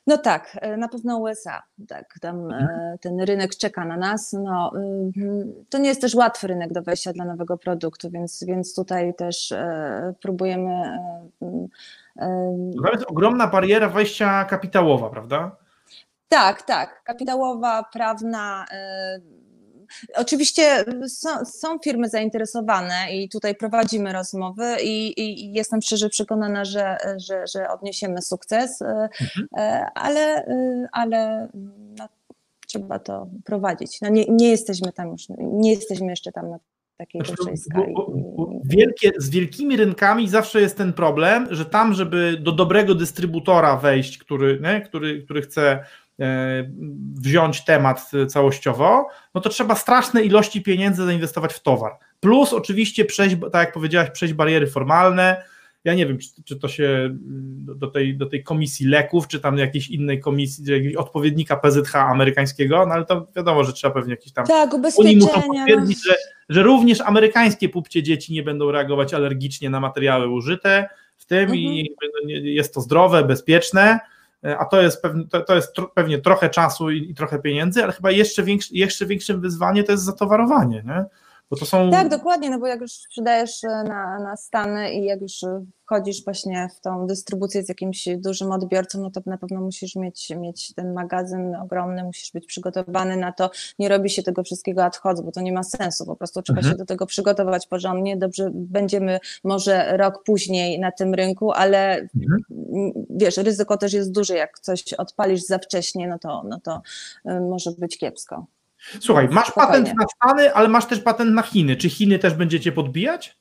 C: No tak, na pewno U S A, tak, tam ten rynek czeka na nas. No, to nie jest też łatwy rynek do wejścia dla nowego produktu, więc, więc tutaj też próbujemy.
A: To jest ogromna bariera wejścia kapitałowa, prawda?
C: Tak, tak, kapitałowa, prawna. Oczywiście są, są firmy zainteresowane i tutaj prowadzimy rozmowy i, i jestem szczerze przekonana, że, że, że odniesiemy sukces, mhm. ale, ale no, trzeba to prowadzić. No nie, nie jesteśmy tam już, nie jesteśmy jeszcze tam na takiej
A: znaczy,
C: dużej skali.
A: Bo, bo wielkie, z wielkimi rynkami zawsze jest ten problem, że tam, żeby do dobrego dystrybutora wejść, który, nie, który, który chce wziąć temat całościowo, no to trzeba straszne ilości pieniędzy zainwestować w towar. Plus oczywiście przejść, tak jak powiedziałaś, przejść bariery formalne. Ja nie wiem, czy, czy to się do tej, do tej komisji leków, czy tam jakiejś innej komisji, czy jakiegoś odpowiednika P Z H amerykańskiego, no ale to wiadomo, że trzeba pewnie jakieś tam...
C: Tak,
A: Oni muszą potwierdzić, no. że, że również amerykańskie pupcie dzieci nie będą reagować alergicznie na materiały użyte w tym mhm. i jest to zdrowe, bezpieczne. A to jest, pewnie, to, to jest tro, pewnie trochę czasu i, i trochę pieniędzy, ale chyba jeszcze, większy, jeszcze większym wyzwaniem to jest zatowarowanie, nie? Bo to są...
C: Tak, dokładnie, no bo jak już sprzedajesz na, na Stany i jak już wchodzisz właśnie w tą dystrybucję z jakimś dużym odbiorcą, no to na pewno musisz mieć, mieć ten magazyn ogromny, musisz być przygotowany na to, nie robi się tego wszystkiego ad hoc, bo to nie ma sensu, po prostu trzeba mhm. się do tego przygotować porządnie, dobrze, będziemy może rok później na tym rynku, ale mhm. wiesz, ryzyko też jest duże, jak coś odpalisz za wcześnie, no to, no to może być kiepsko.
A: Słuchaj, masz Spokojnie. patent na Stany, ale masz też patent na Chiny. Czy Chiny też będziecie podbijać?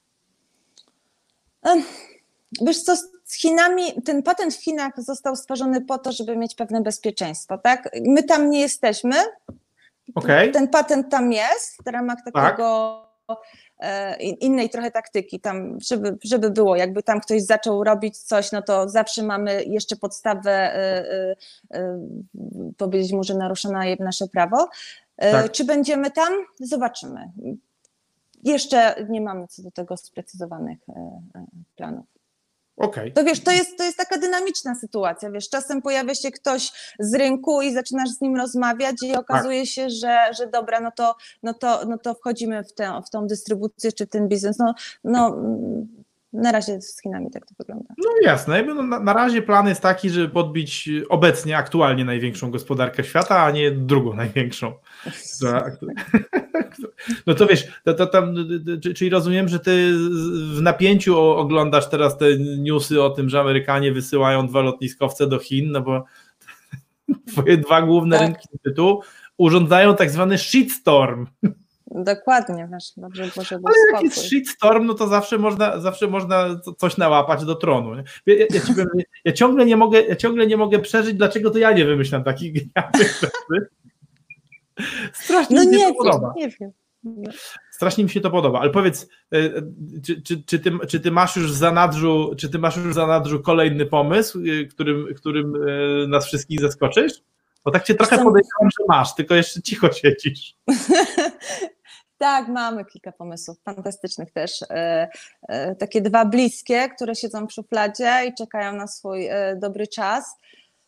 C: Wiesz co, z Chinami, ten patent w Chinach został stworzony po to, żeby mieć pewne bezpieczeństwo, tak? My tam nie jesteśmy, okay. ten patent tam jest w ramach takiego tak. innej trochę taktyki, tam, żeby, żeby było, jakby tam ktoś zaczął robić coś, no to zawsze mamy jeszcze podstawę y, y, y, powiedzieć mu, że naruszono nasze prawo. Tak. Czy będziemy tam? Zobaczymy. Jeszcze nie mamy co do tego sprecyzowanych planów.
A: Okay.
C: To wiesz, to jest, to jest taka dynamiczna sytuacja, wiesz, czasem pojawia się ktoś z rynku i zaczynasz z nim rozmawiać i okazuje tak. się, że, że dobra, no to, no to, no to wchodzimy w, tę, w tą dystrybucję czy ten biznes, no, no na razie z Chinami tak to wygląda.
A: No jasne, no, na, na razie plan jest taki, żeby podbić obecnie, aktualnie największą gospodarkę świata, a nie drugą największą. No to wiesz, to, to tam, czyli rozumiem, że ty w napięciu oglądasz teraz te newsy o tym, że Amerykanie wysyłają dwa lotniskowce do Chin, no bo twoje dwa główne tak. rynki tytułu urządzają tak zwany shitstorm.
C: Dokładnie, wiesz, dobrze, może
A: ale jak jest shitstorm, no to zawsze można, zawsze można coś nałapać do tronu. Nie? Ja, ja, ja, ci powiem, ja, ciągle nie mogę, ja ciągle nie mogę przeżyć, dlaczego to ja nie wymyślam takich genialnych rzeczy. Strasznie
C: no
A: mi się
C: nie
A: to
C: wiem,
A: podoba.
C: Nie wiem. Nie.
A: Strasznie mi się to podoba, ale powiedz, czy, czy, czy, ty, czy ty masz już w zanadrzu, czy ty masz już w zanadrzu kolejny pomysł, którym, którym nas wszystkich zaskoczysz? Bo tak cię trochę podejrzewam, że masz, tylko jeszcze cicho siedzisz.
C: Tak, mamy kilka pomysłów fantastycznych też. E, e, takie dwa bliskie, które siedzą w szufladzie i czekają na swój e, dobry czas.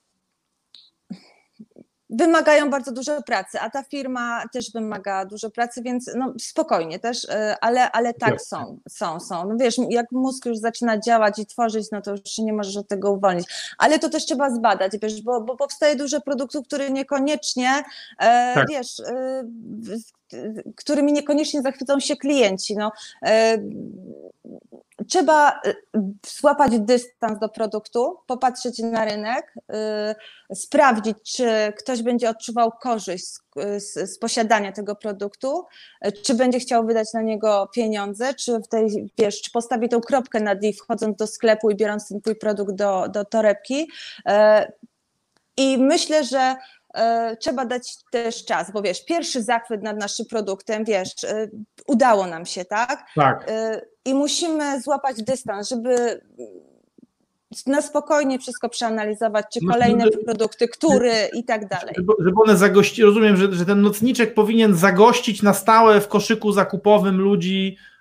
C: Wymagają bardzo dużo pracy, a ta firma też wymaga dużo pracy, więc no spokojnie też, ale, ale tak są, są, są. No wiesz, jak mózg już zaczyna działać i tworzyć, no to już się nie możesz od tego uwolnić. Ale to też trzeba zbadać, wiesz, bo, bo powstaje dużo produktów, które niekoniecznie, e, tak. wiesz, e, którymi niekoniecznie zachwycą się klienci. No, e, trzeba złapać dystans do produktu, popatrzeć na rynek, yy, sprawdzić, czy ktoś będzie odczuwał korzyść z, z, z posiadania tego produktu, yy, czy będzie chciał wydać na niego pieniądze, czy w tej, wiesz, czy postawi tą kropkę nad i wchodząc do sklepu i biorąc ten twój produkt do, do torebki. Yy, I myślę, że trzeba dać też czas, bo wiesz, pierwszy zachwyt nad naszym produktem, wiesz, udało nam się, tak?
A: Tak.
C: I musimy złapać dystans, żeby na spokojnie wszystko przeanalizować, czy kolejne no, produkty, który i tak dalej.
A: Żeby, żeby one zagościły, rozumiem, że, że ten nocniczek powinien zagościć na stałe w koszyku zakupowym ludzi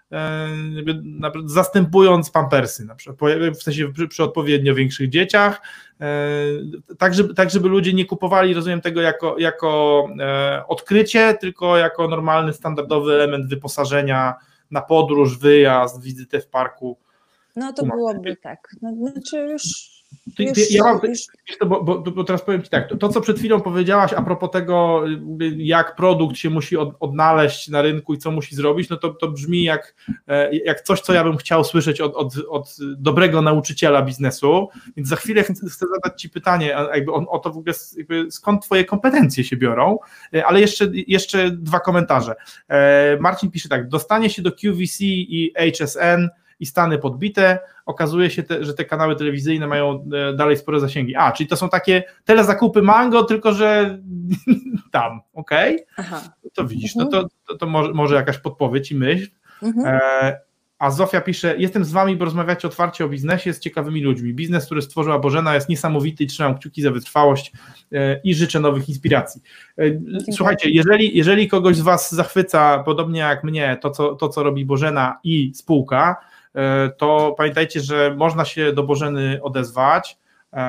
A: zastępując pampersy, na przykład, w sensie przy, przy odpowiednio większych dzieciach, tak żeby, tak żeby ludzie nie kupowali, rozumiem, tego jako, jako odkrycie, tylko jako normalny, standardowy element wyposażenia na podróż, wyjazd, wizytę w parku.
C: No to byłoby tak, no, znaczy już... Już,
A: ja mam,
C: już...
A: bo, bo, bo teraz powiem Ci tak, to, to co przed chwilą powiedziałaś a propos tego, jak produkt się musi od, odnaleźć na rynku i co musi zrobić, no to, to brzmi jak, jak coś, co ja bym chciał słyszeć od, od, od dobrego nauczyciela biznesu, więc za chwilę chcę, chcę zadać Ci pytanie jakby o, o to w ogóle jakby skąd Twoje kompetencje się biorą, ale jeszcze, jeszcze dwa komentarze. Marcin pisze tak, dostanie się do Q V C i H S N i Stany podbite, okazuje się, te, że te kanały telewizyjne mają dalej spore zasięgi. A, czyli to są takie telezakupy Mango, tylko że tam, okej? Okay? To widzisz, mhm. no to, to, to może, może jakaś podpowiedź i myśl. Mhm. E, a Zofia pisze, jestem z wami, bo rozmawiacie otwarcie o biznesie z ciekawymi ludźmi. Biznes, który stworzyła Bożena, jest niesamowity i trzymam kciuki za wytrwałość e, i życzę nowych inspiracji. E, słuchajcie, jeżeli, jeżeli kogoś z was zachwyca, podobnie jak mnie, to co, to, co robi Bożena i spółka, to pamiętajcie, że można się do Bożeny odezwać.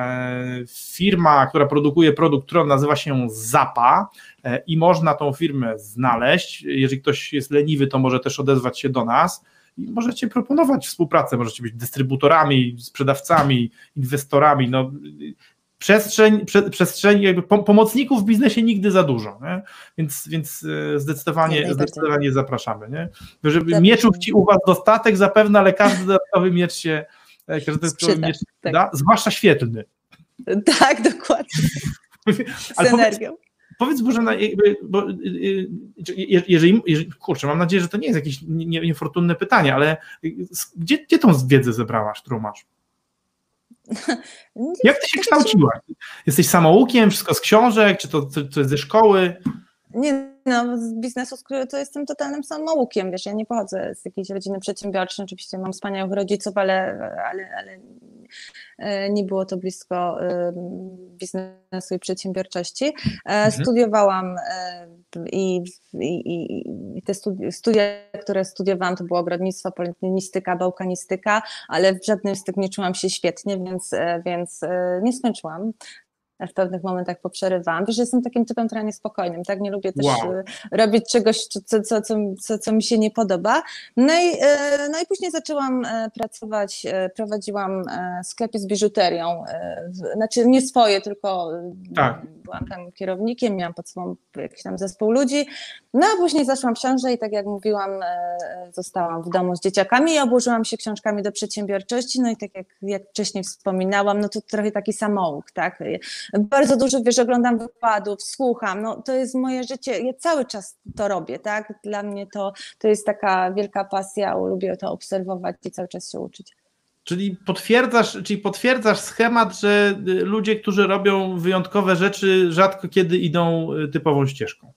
A: Firma, która produkuje produkt, który nazywa się Zapa i można tą firmę znaleźć. Jeżeli ktoś jest leniwy, to może też odezwać się do nas i możecie proponować współpracę, możecie być dystrybutorami, sprzedawcami, inwestorami, no przestrzeń, prze, przestrzeń jakby pomocników w biznesie nigdy za dużo, nie? Więc, więc zdecydowanie, nie, zdecydowanie zapraszamy. Nie? Żeby mieczów ci u was dostatek zapewne, ale każdy dodatkowy miecz się, każdy dodatkowy miecz się tak. da, zwłaszcza świetlny.
C: Tak, dokładnie. Z ale energią.
A: Powiedz, powiedz Bożena, jakby, bo, jeżeli, jeżeli, kurczę, mam nadzieję, że to nie jest jakieś niefortunne pytanie, ale gdzie, gdzie tą wiedzę zebrałaś, którą masz? Jak ty się kształciłaś? Jesteś samoukiem, wszystko z książek, czy to coś ze szkoły?
C: Nie, no z biznesu to jestem totalnym samoukiem, wiesz, ja nie pochodzę z jakiejś rodziny przedsiębiorczej, oczywiście mam wspaniałych rodziców, ale, ale, ale nie było to blisko biznesu i przedsiębiorczości. Mhm. Studiowałam i, i, i te studia, które studiowałam, to było ogrodnictwo, polinistyka, bałkanistyka, ale w żadnym z tych nie czułam się świetnie, więc, więc nie skończyłam. W pewnych momentach poprzerywałam. Wiesz, jestem takim typem trochę niespokojnym, tak? Nie lubię też wow. robić czegoś, co, co, co, co, co mi się nie podoba. No i, no i później zaczęłam pracować, prowadziłam sklepy z biżuterią, znaczy nie swoje, tylko tak. byłam tam kierownikiem, miałam pod sobą jakiś tam zespół ludzi, no a później zaszłam w ciążę i tak jak mówiłam, zostałam w domu z dzieciakami i obłożyłam się książkami do przedsiębiorczości, no i tak jak, jak wcześniej wspominałam, no to trochę taki samouk, tak? Bardzo dużo, wiesz, oglądam wykładów, słucham, no to jest moje życie, ja cały czas to robię, tak, dla mnie to, to jest taka wielka pasja, lubię to obserwować i cały czas się uczyć.
A: Czyli potwierdzasz, czyli potwierdzasz schemat, że ludzie, którzy robią wyjątkowe rzeczy, rzadko kiedy idą typową ścieżką.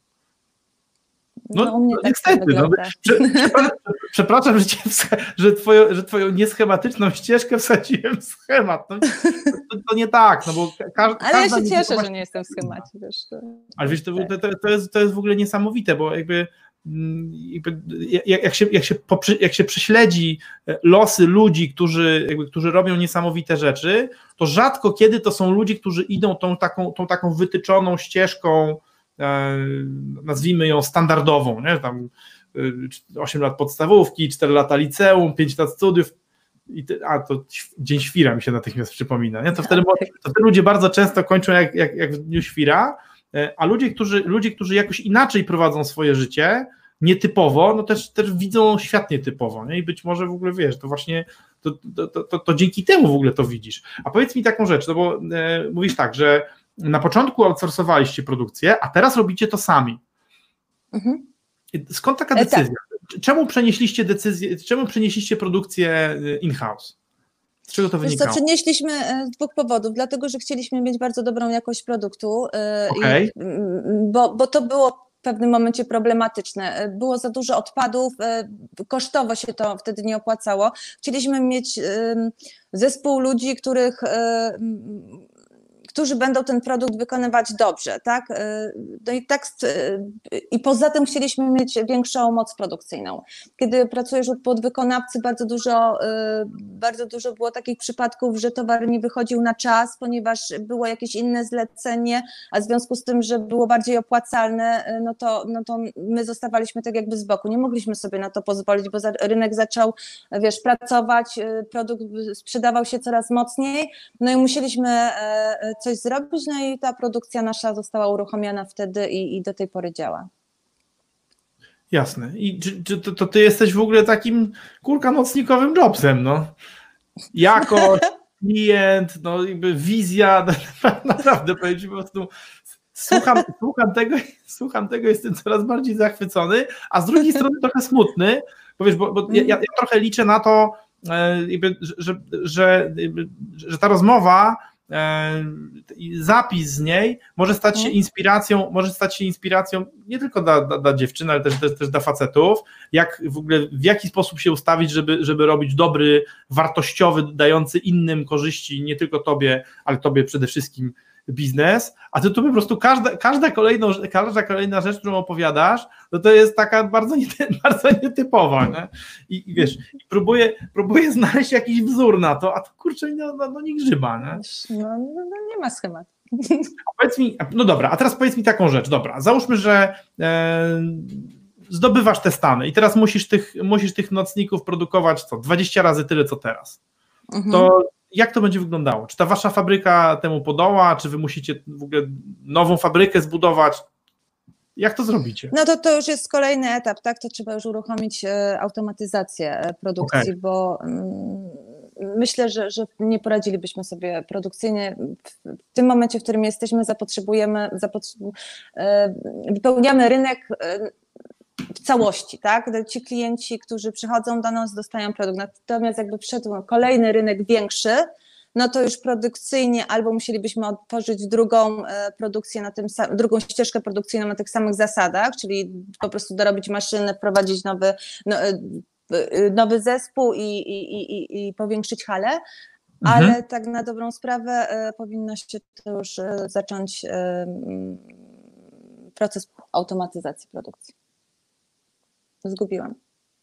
C: No, no u mnie tak
A: niestety, no, przepraszam, przepraszam że, cię, że, twoją, że twoją nieschematyczną ścieżkę wsadziłem w schemat. No, to, to nie tak, no bo każda,
C: ale ja się cieszę, że nie jestem w schemacie. Wiesz, to,
A: ale wiesz, to, to, to, jest, to jest w ogóle niesamowite, bo jakby, jakby jak, jak, się, jak, się poprzy, jak się prześledzi losy ludzi, którzy, jakby, którzy robią niesamowite rzeczy, to rzadko kiedy to są ludzie, którzy idą tą taką, tą taką wytyczoną ścieżką, nazwijmy ją standardową, nie? Tam osiem lat podstawówki, cztery lata liceum, pięć lat studiów, i te, a to Dzień Świra mi się natychmiast przypomina, nie? To, wtedy, to wtedy ludzie bardzo często kończą jak, jak, jak w Dniu Świra, a ludzie którzy, ludzie, którzy jakoś inaczej prowadzą swoje życie, nietypowo, no też, też widzą świat nietypowo, nie? I być może w ogóle wiesz, to właśnie to, to, to, to, to dzięki temu w ogóle to widzisz. A powiedz mi taką rzecz, no bo e, mówisz tak, że na początku outsourcowaliście produkcję, a teraz robicie to sami. Mhm. Skąd taka decyzja? E, tak. Czemu przenieśliście decyzję, czemu przenieśliście produkcję in-house? Z czego to wynikało?
C: Wiesz co, przenieśliśmy z dwóch powodów, dlatego, że chcieliśmy mieć bardzo dobrą jakość produktu,
A: okay.
C: i, bo, bo to było w pewnym momencie problematyczne. Było za dużo odpadów, kosztowo się to wtedy nie opłacało. Chcieliśmy mieć zespół ludzi, których którzy będą ten produkt wykonywać dobrze, tak? No i tak, i poza tym chcieliśmy mieć większą moc produkcyjną. Kiedy pracujesz u podwykonawcy, bardzo dużo, bardzo dużo było takich przypadków, że towar nie wychodził na czas, ponieważ było jakieś inne zlecenie, a w związku z tym, że było bardziej opłacalne, no to, no to my zostawaliśmy tak jakby z boku. Nie mogliśmy sobie na to pozwolić, bo rynek zaczął, wiesz, pracować, produkt sprzedawał się coraz mocniej, no i musieliśmy coś zrobić, no i ta produkcja nasza została uruchomiona wtedy i, i do tej pory działa.
A: Jasne. I czy, czy to, to ty jesteś w ogóle takim kurka nocnikowym Jobsem, no? Jako klient, no jakby wizja, naprawdę powiem ci po prostu, słucham, słucham tego, słucham tego, jestem coraz bardziej zachwycony, a z drugiej strony trochę smutny, bo wiesz, bo, bo ja, ja trochę liczę na to, jakby, że, że, że ta rozmowa, zapis z niej może stać się inspiracją, może stać się inspiracją nie tylko dla, dla, dla dziewczyn, ale też, też, też dla facetów, jak w ogóle, w jaki sposób się ustawić, żeby, żeby robić dobry, wartościowy, dający innym korzyści, nie tylko tobie, ale tobie przede wszystkim biznes, a ty tu po prostu każda, każda, kolejna, każda kolejna rzecz, którą opowiadasz, no to jest taka bardzo, nie, bardzo nietypowa, nie? I, i wiesz, i próbuję, próbuję znaleźć jakiś wzór na to, a to kurczę, no, no, no nie grzyba, nie?
C: No, no, no nie ma schematu.
A: A powiedz mi, no dobra, a teraz powiedz mi taką rzecz, dobra, załóżmy, że e, zdobywasz te stany i teraz musisz tych, musisz tych nocników produkować co, dwadzieścia razy tyle, co teraz. Mhm. To jak to będzie wyglądało? Czy ta wasza fabryka temu podoła, czy wy musicie w ogóle nową fabrykę zbudować? Jak to zrobicie?
C: No to to już jest kolejny etap, tak? To trzeba już uruchomić automatyzację produkcji, okay. bo myślę, że, że nie poradzilibyśmy sobie produkcyjnie. W tym momencie, w którym jesteśmy, zapotrzebujemy, zapotrze- wypełniamy rynek w całości, tak? Ci klienci, którzy przychodzą do nas, dostają produkt. Natomiast jakby wszedł kolejny rynek większy, no to już produkcyjnie albo musielibyśmy otworzyć drugą produkcję na tym, drugą ścieżkę produkcyjną na tych samych zasadach, czyli po prostu dorobić maszynę, wprowadzić nowy, no, nowy zespół i, i, i, i powiększyć halę, mhm. ale tak na dobrą sprawę powinno się to już zacząć proces automatyzacji produkcji. Zgubiłam.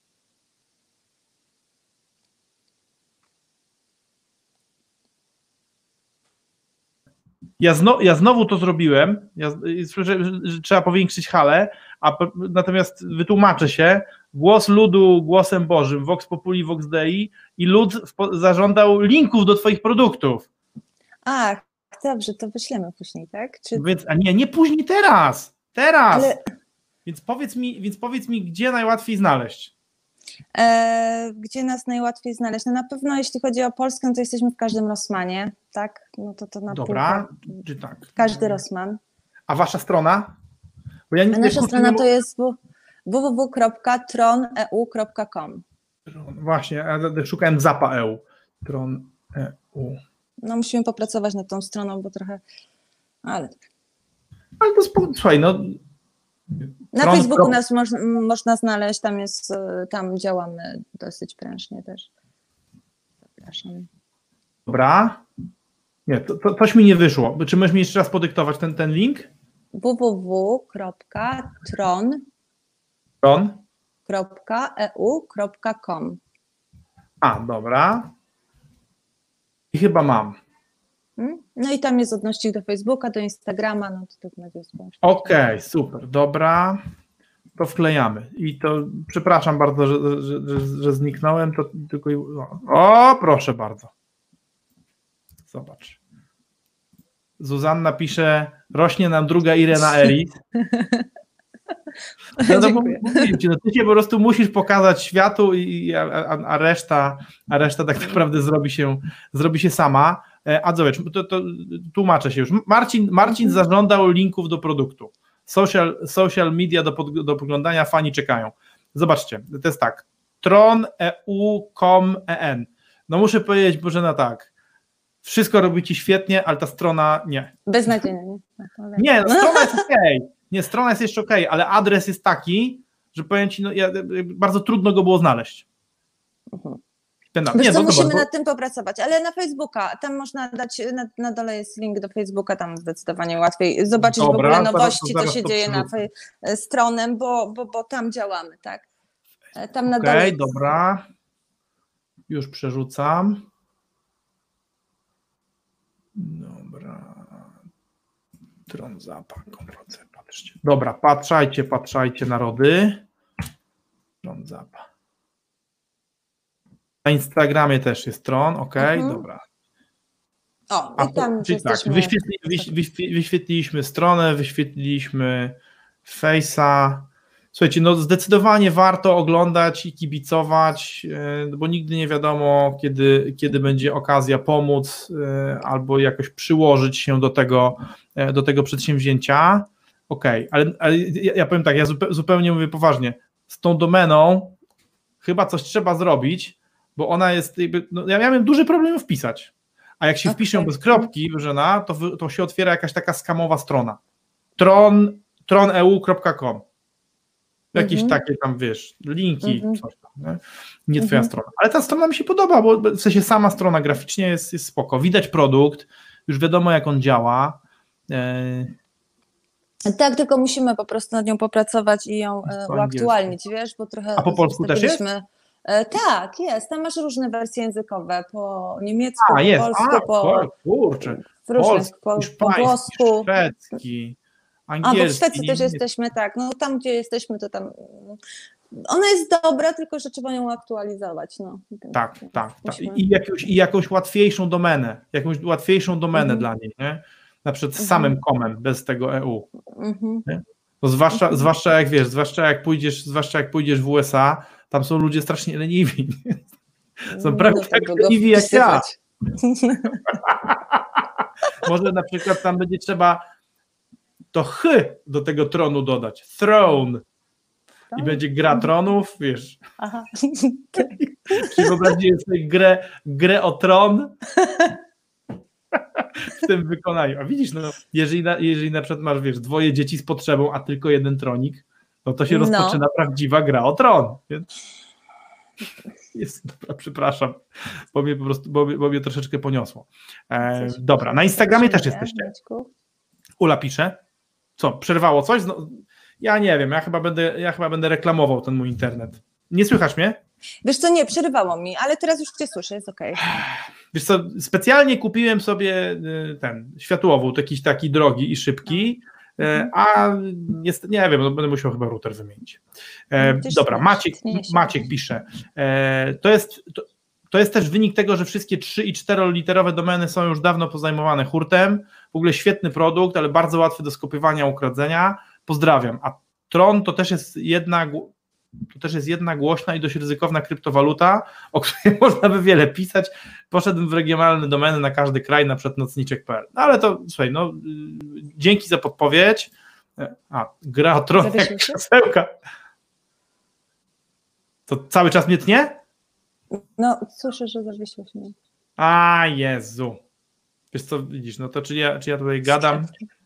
A: Ja, zno, ja znowu to zrobiłem, ja, słyszę, że, że trzeba powiększyć halę, a po, natomiast wytłumaczę się, głos ludu głosem Bożym, Vox Populi, Vox Dei i lud w, zażądał linków do twoich produktów.
C: Ach, dobrze, to wyślemy później, tak? Czy...
A: Więc, a nie, nie później, teraz, teraz.
C: Ale...
A: Więc powiedz mi, więc powiedz mi, gdzie najłatwiej znaleźć?
C: E, gdzie nas najłatwiej znaleźć? No na pewno jeśli chodzi o Polskę, to jesteśmy w każdym Rossmanie, tak? No to to na
A: Dobra, półkę. Czy tak?
C: Każdy Rossmann.
A: A wasza strona? Bo ja nie,
C: A nasza
A: nie,
C: strona
A: nie...
C: to jest w w w w kropka tron e u kropka com.
A: Właśnie, ja szukałem zapa kropka e u. Tron kropka e u.
C: No musimy popracować nad tą stroną, bo trochę... Ale,
A: Ale to spo... słuchaj, no...
C: Na Tron Facebooku pro... nas moż, można znaleźć, tam jest, tam działamy dosyć prężnie też. Zapraszam.
A: Dobra. Nie, to, to coś mi nie wyszło. Czy możesz mi jeszcze raz podyktować ten, ten link?
C: w w w kropka tron kropka e u kropka com.
A: A, dobra. I chyba mam.
C: No i tam jest odnośnik do Facebooka, do Instagrama, no to tak będzie społeczność.
A: Okej, okay, super, dobra. To wklejamy. I to przepraszam bardzo, że, że, że, że zniknąłem, to tylko. O, proszę bardzo. Zobacz. Zuzanna pisze, rośnie nam druga Irena Eris. No, no, no, ty się po prostu musisz pokazać światu, i, a, a, reszta, a reszta tak naprawdę zrobi się, zrobi się sama. A zobacz, to, to tłumaczę się już. Marcin, Marcin zażądał linków do produktu. Social, social media do, pod, do poglądania, fani czekają. Zobaczcie, to jest tak. tron kropka e u kropka com kropka e n. No muszę powiedzieć, Bożena, tak. Wszystko robicie świetnie, ale ta strona nie.
C: Beznadziejnie. Nie,
A: nie no, strona jest okej. Okay. Nie, strona jest jeszcze okej, okay, ale adres jest taki, że powiem ci, no, ja, bardzo trudno go było znaleźć.
C: Uh-huh.
A: Ten,
C: Wiesz
A: nie,
C: co,
A: no
C: musimy
A: dobra,
C: nad tym popracować, ale na Facebooka, tam można dać, na, na dole jest link do Facebooka, tam zdecydowanie łatwiej zobaczyć
A: Dobra,
C: w ogóle
A: zaraz-
C: nowości,
A: zaraz
C: co się
A: to
C: dzieje na
A: przerzucę.
C: fej- stronę, bo, bo, bo tam działamy, tak? E, Tam na
A: Okej,
C: dole jest,
A: dobra. Już przerzucam. Dobra. Tron Zapa. Patrzcie. Dobra, patrzajcie, patrzajcie narody. Tron Zapa. Na Instagramie też jest Tron, okej,
C: Mhm.
A: dobra.
C: o,
A: A
C: i tam już
A: czyli tak,
C: jesteśmy.
A: wyświetli, wyś, wyś, wyświetliliśmy stronę, wyświetliliśmy Face'a. Słuchajcie, no zdecydowanie warto oglądać i kibicować, yy, bo nigdy nie wiadomo, kiedy, kiedy będzie okazja pomóc yy, albo jakoś przyłożyć się do tego, yy, do tego przedsięwzięcia. Okej, okay, ale, ale ja, ja powiem tak, ja zupe, zupełnie mówię poważnie, z tą domeną chyba coś trzeba zrobić, bo ona jest, jakby, no, ja miałem duży problem ją wpisać. A jak się
C: Okay.
A: wpiszę bez kropki, Bożena, to, wy, to się otwiera jakaś taka skamowa strona. Tron, tron e u kropka com. Jakieś
C: Mhm.
A: takie tam, wiesz, linki,
C: Mhm.
A: coś tam, nie, nie twoja
C: Mhm.
A: strona. Ale ta strona mi się podoba, bo w sensie sama strona graficznie jest, jest spoko. Widać produkt, już wiadomo jak on działa. E,
C: Tak, tylko musimy po prostu nad nią popracować i ją e,
A: po
C: uaktualnić, wiesz, bo trochę
A: A po polsku też jest?
C: zostawiliśmy- E, Tak, jest, tam masz różne wersje językowe, po niemiecku,
A: A,
C: po
A: jest,
C: polsku,
A: a,
C: po,
A: kurczę,
C: w różnych,
A: polski,
C: po, po
A: hiszpański,
C: włosku.
A: szwedzki,
C: A,
A: angielski.
C: bo w Szwecji też
A: niemiecki.
C: jesteśmy, tak, no tam gdzie jesteśmy, to tam mm, ona jest dobra, tylko że trzeba ją aktualizować, no.
A: Tak, tak, tak.
C: Musimy-
A: I, jakąś, I jakąś łatwiejszą domenę, jakąś łatwiejszą domenę
C: Mhm.
A: dla niej, nie? Na przykład z
C: Mhm.
A: samym komem, bez tego E U.
C: Mhm.
A: No zwłaszcza,
C: Mhm.
A: zwłaszcza jak wiesz, zwłaszcza jak pójdziesz, zwłaszcza jak pójdziesz w U S A, tam są ludzie strasznie leniwi. Są prawie
C: Do
A: tak
C: tego go
A: leniwi jak ja.
C: wpisywać.
A: Może na przykład tam będzie trzeba to ch do tego tronu dodać. Throne. I będzie gra tronów, wiesz.
C: Aha.
A: Czy wyobraźcie sobie grę, grę o tron w tym wykonaniu. A widzisz, no, jeżeli na, jeżeli na przykład masz, wiesz, dwoje dzieci z potrzebą, a tylko jeden tronik, no to się
C: No.
A: rozpoczyna prawdziwa gra o tron. Więc... Jest, dobra, przepraszam, bo mnie po prostu, bo, bo mnie troszeczkę poniosło. E,
C: Coś
A: dobra, na Instagramie też
C: przyjdzie,
A: jesteście.
C: Maćku?
A: Ula pisze. Co, przerwało coś? No, ja nie wiem, ja chyba będę, ja chyba będę reklamował ten mój internet. Nie słychać mnie?
C: Wiesz co, nie, przerywało mi, ale teraz już cię słyszę, jest okej.
A: Wiesz co, specjalnie kupiłem sobie y, ten światłowód, jakiś taki drogi i szybki, y, a niestety, nie wiem, no będę musiał chyba router wymienić. E,
C: Gdzieś
A: dobra,
C: też
A: Maciek,
C: tnie się.
A: Maciek pisze, e, to jest... To, To jest też wynik tego, że wszystkie trzy i czteroliterowe domeny są już dawno pozajmowane hurtem. W ogóle świetny produkt, ale bardzo łatwy do skopiowania, ukradzenia. Pozdrawiam. A Tron to też jest jedna, to też jest jedna głośna i dość ryzykowna kryptowaluta, o której można by wiele pisać. Poszedłem w regionalne domeny na każdy kraj, na przykład nocniczek kropka p l. No ale to, słuchaj, no dzięki za podpowiedź. A, gra o Tron
C: Zawiesił
A: jak
C: się?
A: krzesełka. To cały czas mnie tnie?
C: No, słyszę, że zawiesiło się.
A: A Jezu. Wiesz co, widzisz, no to czy ja, czy ja tutaj gadam?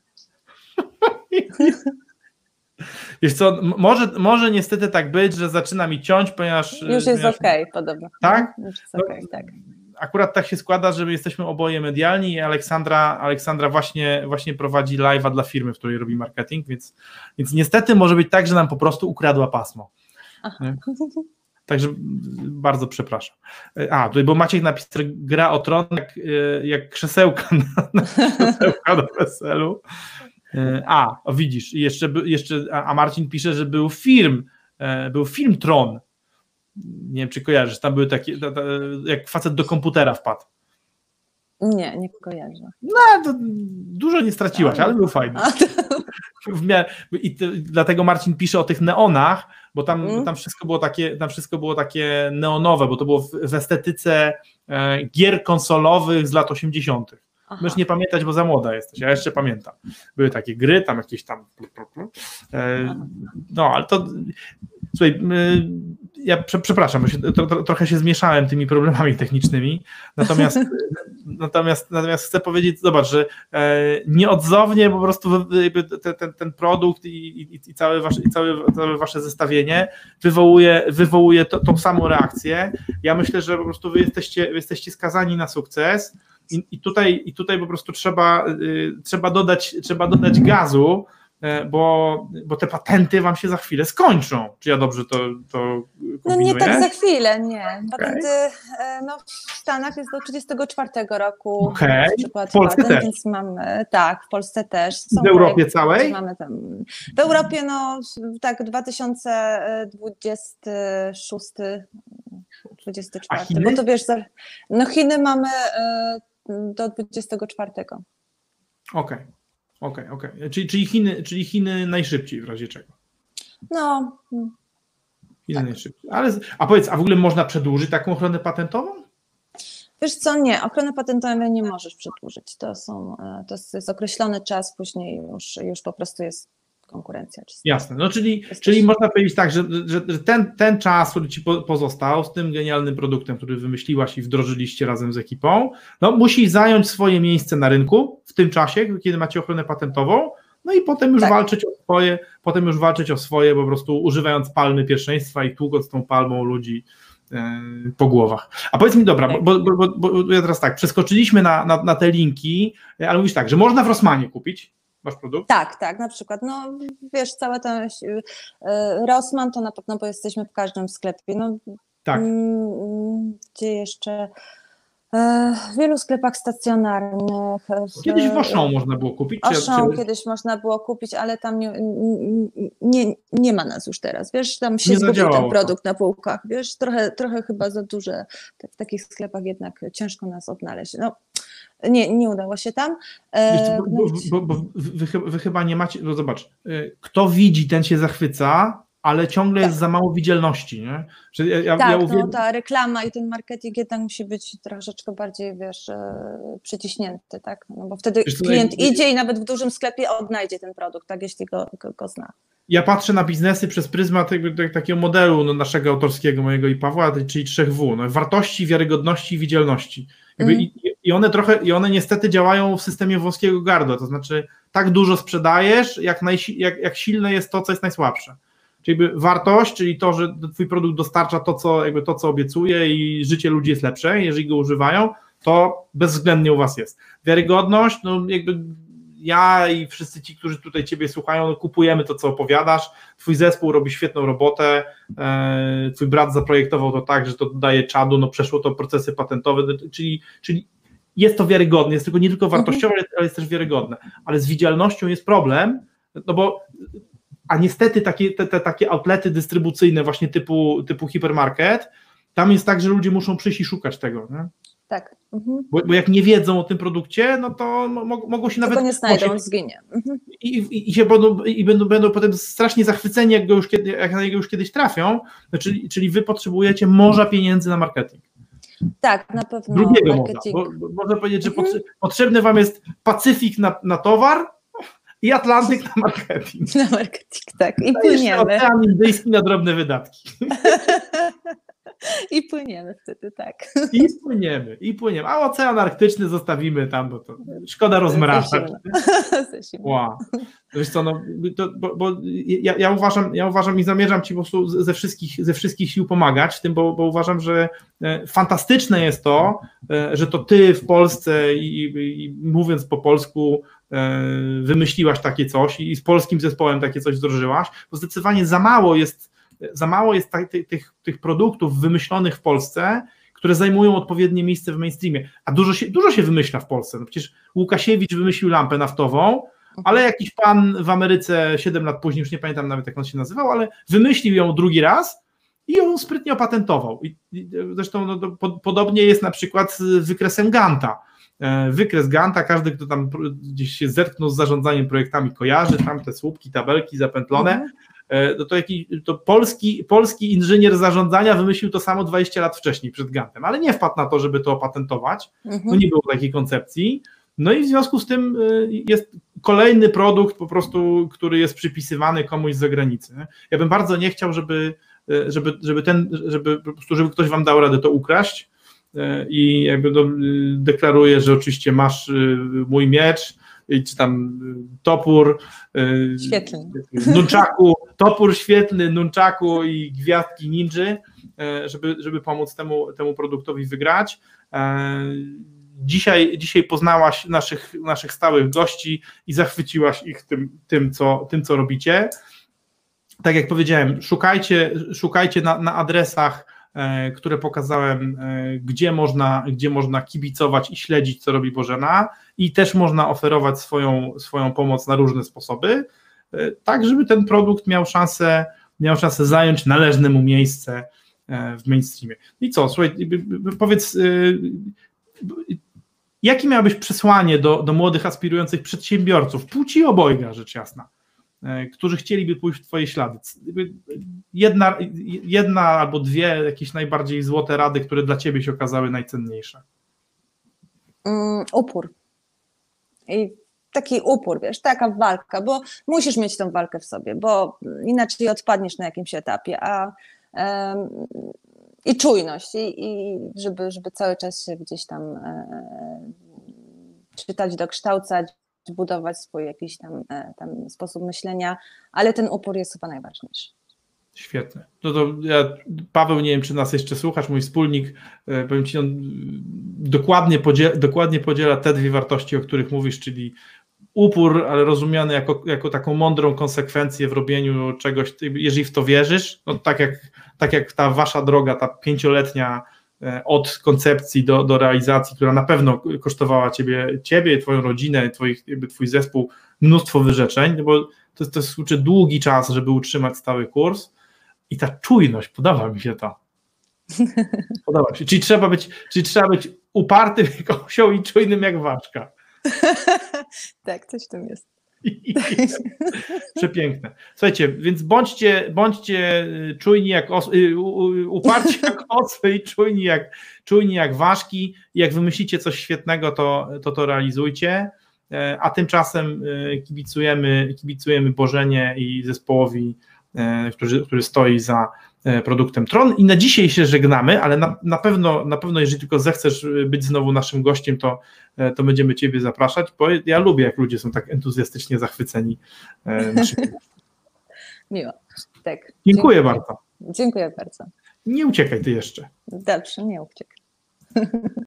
A: Wiesz co, m- może, może niestety tak być, że zaczyna mi ciąć, ponieważ...
C: Już jest
A: ponieważ
C: okej, podobno.
A: Tak?
C: Już jest
A: No,
C: okej, tak.
A: Akurat tak się składa, że my jesteśmy oboje medialni i Aleksandra, Aleksandra właśnie, właśnie prowadzi live'a dla firmy, w której robi marketing, więc, więc niestety może być tak, że nam po prostu ukradła pasmo. Nie? Także bardzo przepraszam. A, tutaj, bo Maciek napisał, że gra o tron jak, jak krzesełka na, na krzesełka do weselu. A, o, widzisz, jeszcze, jeszcze, a Marcin pisze, że był film, był film Tron. Nie wiem, czy kojarzysz, tam były takie, jak facet do komputera wpadł.
C: Nie, nie kojarzę.
A: No, to dużo nie straciłaś, ale był fajny. W miarę, i to, dlatego Marcin pisze o tych neonach, bo tam, mm. tam, wszystko było takie, tam wszystko było takie neonowe, bo to było w, w estetyce e, gier konsolowych z lat osiemdziesiątych. Możesz nie pamiętać, bo za młoda jesteś, ja jeszcze pamiętam. Były takie gry, tam jakieś tam... E, no, ale to... Słuchaj, ja prze, przepraszam, bo się, to, to, trochę się zmieszałem tymi problemami technicznymi, natomiast, natomiast, natomiast chcę powiedzieć, zobacz, że e, nieodzownie po prostu ten, ten, ten produkt i, i, i, całe wasze, i całe, całe wasze zestawienie wywołuje, wywołuje to, tą samą reakcję. Ja myślę, że po prostu wy jesteście, wy jesteście skazani na sukces i, i, tutaj, i tutaj po prostu trzeba, y, trzeba, dodać, trzeba dodać gazu, Bo, bo te patenty wam się za chwilę skończą. Czy ja dobrze to, to kombinuję?
C: No nie tak za chwilę, nie. Patenty no, w Stanach jest do trzydziestego czwartego roku.
A: Okay.
C: Na przykład
A: w Polsce
C: patent,
A: też?
C: Więc mamy, tak, w Polsce też. Są
A: w Europie
C: projekty,
A: całej?
C: Mamy tam, w Europie no tak dwa tysiące dwudziesty szósty, dwudziesty czwarty.
A: A Chiny?
C: Bo to wiesz, no Chiny mamy do dwudziestego czwartego.
A: Okej. Okay. Okej, okay, okej. Okay. Czyli, czyli, Chiny, czyli Chiny najszybciej w razie czego?
C: No.
A: Chiny
C: tak.
A: najszybciej. Ale, a powiedz, a w ogóle można przedłużyć taką ochronę patentową?
C: Wiesz co, nie, ochrony patentowej nie możesz przedłużyć. To, są, to jest określony czas, później już, już po prostu jest konkurencja.
A: Jasne, no czyli, czyli można powiedzieć tak, że, że, że ten, ten czas, który ci pozostał z tym genialnym produktem, który wymyśliłaś i wdrożyliście razem z ekipą, no musi zająć swoje miejsce na rynku w tym czasie, kiedy macie ochronę patentową, no i potem już tak. walczyć o swoje, potem już walczyć o swoje, po prostu używając palmy pierwszeństwa i tłukąc tą palmą ludzi po głowach. A powiedz mi, dobra, bo, bo, bo, bo ja teraz tak, przeskoczyliśmy na, na, na te linki, ale mówisz tak, że można w Rossmanie kupić wasz produkt?
C: Tak, tak, na przykład, no wiesz, całe to Rossmann to na pewno, bo jesteśmy w każdym sklepie, no
A: tak.
C: m, gdzie jeszcze w wielu sklepach stacjonarnych. W,
A: kiedyś w Auchan można było kupić?
C: W Auchan czy... kiedyś można było kupić, ale tam nie, nie, nie ma nas już teraz, wiesz, tam się zgubił ten produkt na półkach, wiesz, trochę, trochę chyba za duże, w takich sklepach jednak ciężko nas odnaleźć, no nie, nie udało się tam.
A: E, bo, bo, bo, bo wy, wy chyba nie macie, no zobacz, kto widzi, ten się zachwyca, ale ciągle tak. jest za mało widzialności, nie? Że ja, ja,
C: tak,
A: ja
C: uwielbiam... no ta reklama i ten marketing jednak musi być troszeczkę bardziej, wiesz, przyciśnięty, tak? No bo wtedy wiesz, klient ja... idzie i nawet w dużym sklepie odnajdzie ten produkt, tak, jeśli go, go, go zna.
A: Ja patrzę na biznesy przez pryzmat tego, takiego modelu no, naszego autorskiego, mojego i Pawła, czyli trzech W, no, wartości, wiarygodności i widzialności. Mm. I, I one trochę, i one niestety działają w systemie wąskiego gardła, to znaczy tak dużo sprzedajesz, jak, najsi, jak, jak silne jest to, co jest najsłabsze. Czyli jakby wartość, czyli to, że twój produkt dostarcza to, co, jakby to, co obiecuje i życie ludzi jest lepsze, jeżeli go używają, to bezwzględnie u was jest. Wiarygodność, no jakby ja i wszyscy ci, którzy tutaj ciebie słuchają, no kupujemy to, co opowiadasz, twój zespół robi świetną robotę, e, twój brat zaprojektował to tak, że to dodaje czadu, no przeszło to procesy patentowe, czyli, czyli jest to wiarygodne, jest tylko nie tylko wartościowe, mhm. ale jest też wiarygodne, ale z widzialnością jest problem, no bo a niestety takie, te, te, takie outlety dystrybucyjne właśnie typu, typu hipermarket, tam jest tak, że ludzie muszą przyjść i szukać tego, nie?
C: Tak. Mhm.
A: Bo, bo jak nie wiedzą o tym produkcie, no to mo, mogą się nawet...
C: Tylko nie znajdą, on zginie. Mhm.
A: I, i, i, się będą, i będą, będą potem strasznie zachwyceni, jak, go już kiedy, jak na niego już kiedyś trafią, czyli, czyli wy potrzebujecie morza pieniędzy na marketing.
C: Tak, na pewno.
A: Drugiego morza, bo, bo można powiedzieć, że mhm. potrzebny wam jest Pacyfik na, na towar, i Atlantyk na marketing.
C: Na marketing, tak. I płyniemy.
A: Ocean Indyjski na drobne wydatki.
C: I płyniemy wtedy, tak.
A: I płyniemy, i płyniemy. A Ocean Arktyczny zostawimy tam, bo to szkoda rozmrażać. Wow. Wiesz co, no, to, bo, bo ja, ja, uważam, ja uważam i zamierzam ci po prostu ze wszystkich, ze wszystkich sił pomagać w tym, bo, bo uważam, że fantastyczne jest to, że to ty w Polsce i, i mówiąc po polsku wymyśliłaś takie coś i z polskim zespołem takie coś wdrożyłaś, bo zdecydowanie za mało jest, za mało jest tych, tych, tych produktów wymyślonych w Polsce, które zajmują odpowiednie miejsce w mainstreamie, a dużo się, dużo się wymyśla w Polsce, no przecież Łukasiewicz wymyślił lampę naftową, ale jakiś pan w Ameryce siedem lat później, już nie pamiętam nawet jak on się nazywał, ale wymyślił ją drugi raz i ją sprytnie opatentował. I, i zresztą no, to, po, podobnie jest na przykład z wykresem Ganta. Wykres Ganta, każdy, kto tam gdzieś się zetknął z zarządzaniem projektami, kojarzy tam te słupki, tabelki zapętlone, mhm. no to, jaki, to polski, polski inżynier zarządzania wymyślił to samo dwadzieścia lat wcześniej przed Gantem, ale nie wpadł na to, żeby to opatentować, mhm. no nie było takiej koncepcji, no i w związku z tym jest kolejny produkt po prostu, który jest przypisywany komuś z zagranicy. Ja bym bardzo nie chciał, żeby żeby, żeby, ten, żeby, po prostu, żeby ktoś wam dał radę to ukraść i jakby no, deklaruję, że oczywiście masz mój miecz, czy tam topór,
C: świetlny.
A: nunchaku, topór świetlny, nunchaku i gwiazdki ninży, żeby, żeby pomóc temu, temu produktowi wygrać. Dzisiaj, dzisiaj poznałaś naszych, naszych stałych gości i zachwyciłaś ich tym, tym, co, tym, co robicie. Tak jak powiedziałem, szukajcie, szukajcie na, na adresach, e, które pokazałem, e, gdzie można, gdzie można kibicować i śledzić, co robi Bożena, i też można oferować swoją, swoją pomoc na różne sposoby, e, tak żeby ten produkt miał szansę, miał szansę zająć należne mu miejsce e, w mainstreamie. I co, słuchaj, powiedz, e, jakie miałbyś przesłanie do, do młodych, aspirujących przedsiębiorców, płci obojga, rzecz jasna, którzy chcieliby pójść w twoje ślady? Jedna, jedna albo dwie jakieś najbardziej złote rady, które dla ciebie się okazały najcenniejsze.
C: Um, upór. I taki upór, wiesz, taka walka, bo musisz mieć tą walkę w sobie, bo inaczej odpadniesz na jakimś etapie, a um, i czujność, i, i żeby, żeby cały czas się gdzieś tam e, czytać, dokształcać, budować swój jakiś tam, e, tam sposób myślenia, ale ten upór jest chyba najważniejszy.
A: Świetne. No to ja, Paweł, nie wiem, czy nas jeszcze słuchasz, mój wspólnik, e, powiem ci, on dokładnie, podziela, dokładnie podziela te dwie wartości, o których mówisz, czyli upór, ale rozumiany jako, jako taką mądrą konsekwencję w robieniu czegoś, jeżeli w to wierzysz, no tak jak, tak jak ta wasza droga, ta pięcioletnia od koncepcji do, do realizacji, która na pewno kosztowała ciebie, ciebie, twoją rodzinę, twoich, jakby twój zespół mnóstwo wyrzeczeń, bo to, to jest uczy długi czas, żeby utrzymać stały kurs, i ta czujność, podoba mi się to. Podoba mi się. Czyli trzeba być, czyli trzeba być upartym jak osioł i czujnym jak ważka.
C: Tak, coś w tym jest.
A: Przepiękne. Słuchajcie, więc bądźcie, bądźcie czujni jak os, uparci jak osły i czujni jak, czujni jak ważki. Jak wymyślicie coś świetnego, to to, to realizujcie, a tymczasem kibicujemy, kibicujemy Bożenie i zespołowi, który, który stoi za produktem Tron, i na dzisiaj się żegnamy, ale na, na pewno, na pewno jeżeli tylko zechcesz być znowu naszym gościem, to, to będziemy ciebie zapraszać, bo ja lubię, jak ludzie są tak entuzjastycznie zachwyceni naszym.
C: Miło. Tak.
A: Dziękuję,
C: Dziękuję
A: bardzo.
C: Dziękuję bardzo.
A: Nie uciekaj ty jeszcze.
C: Dobrze, nie uciekaj.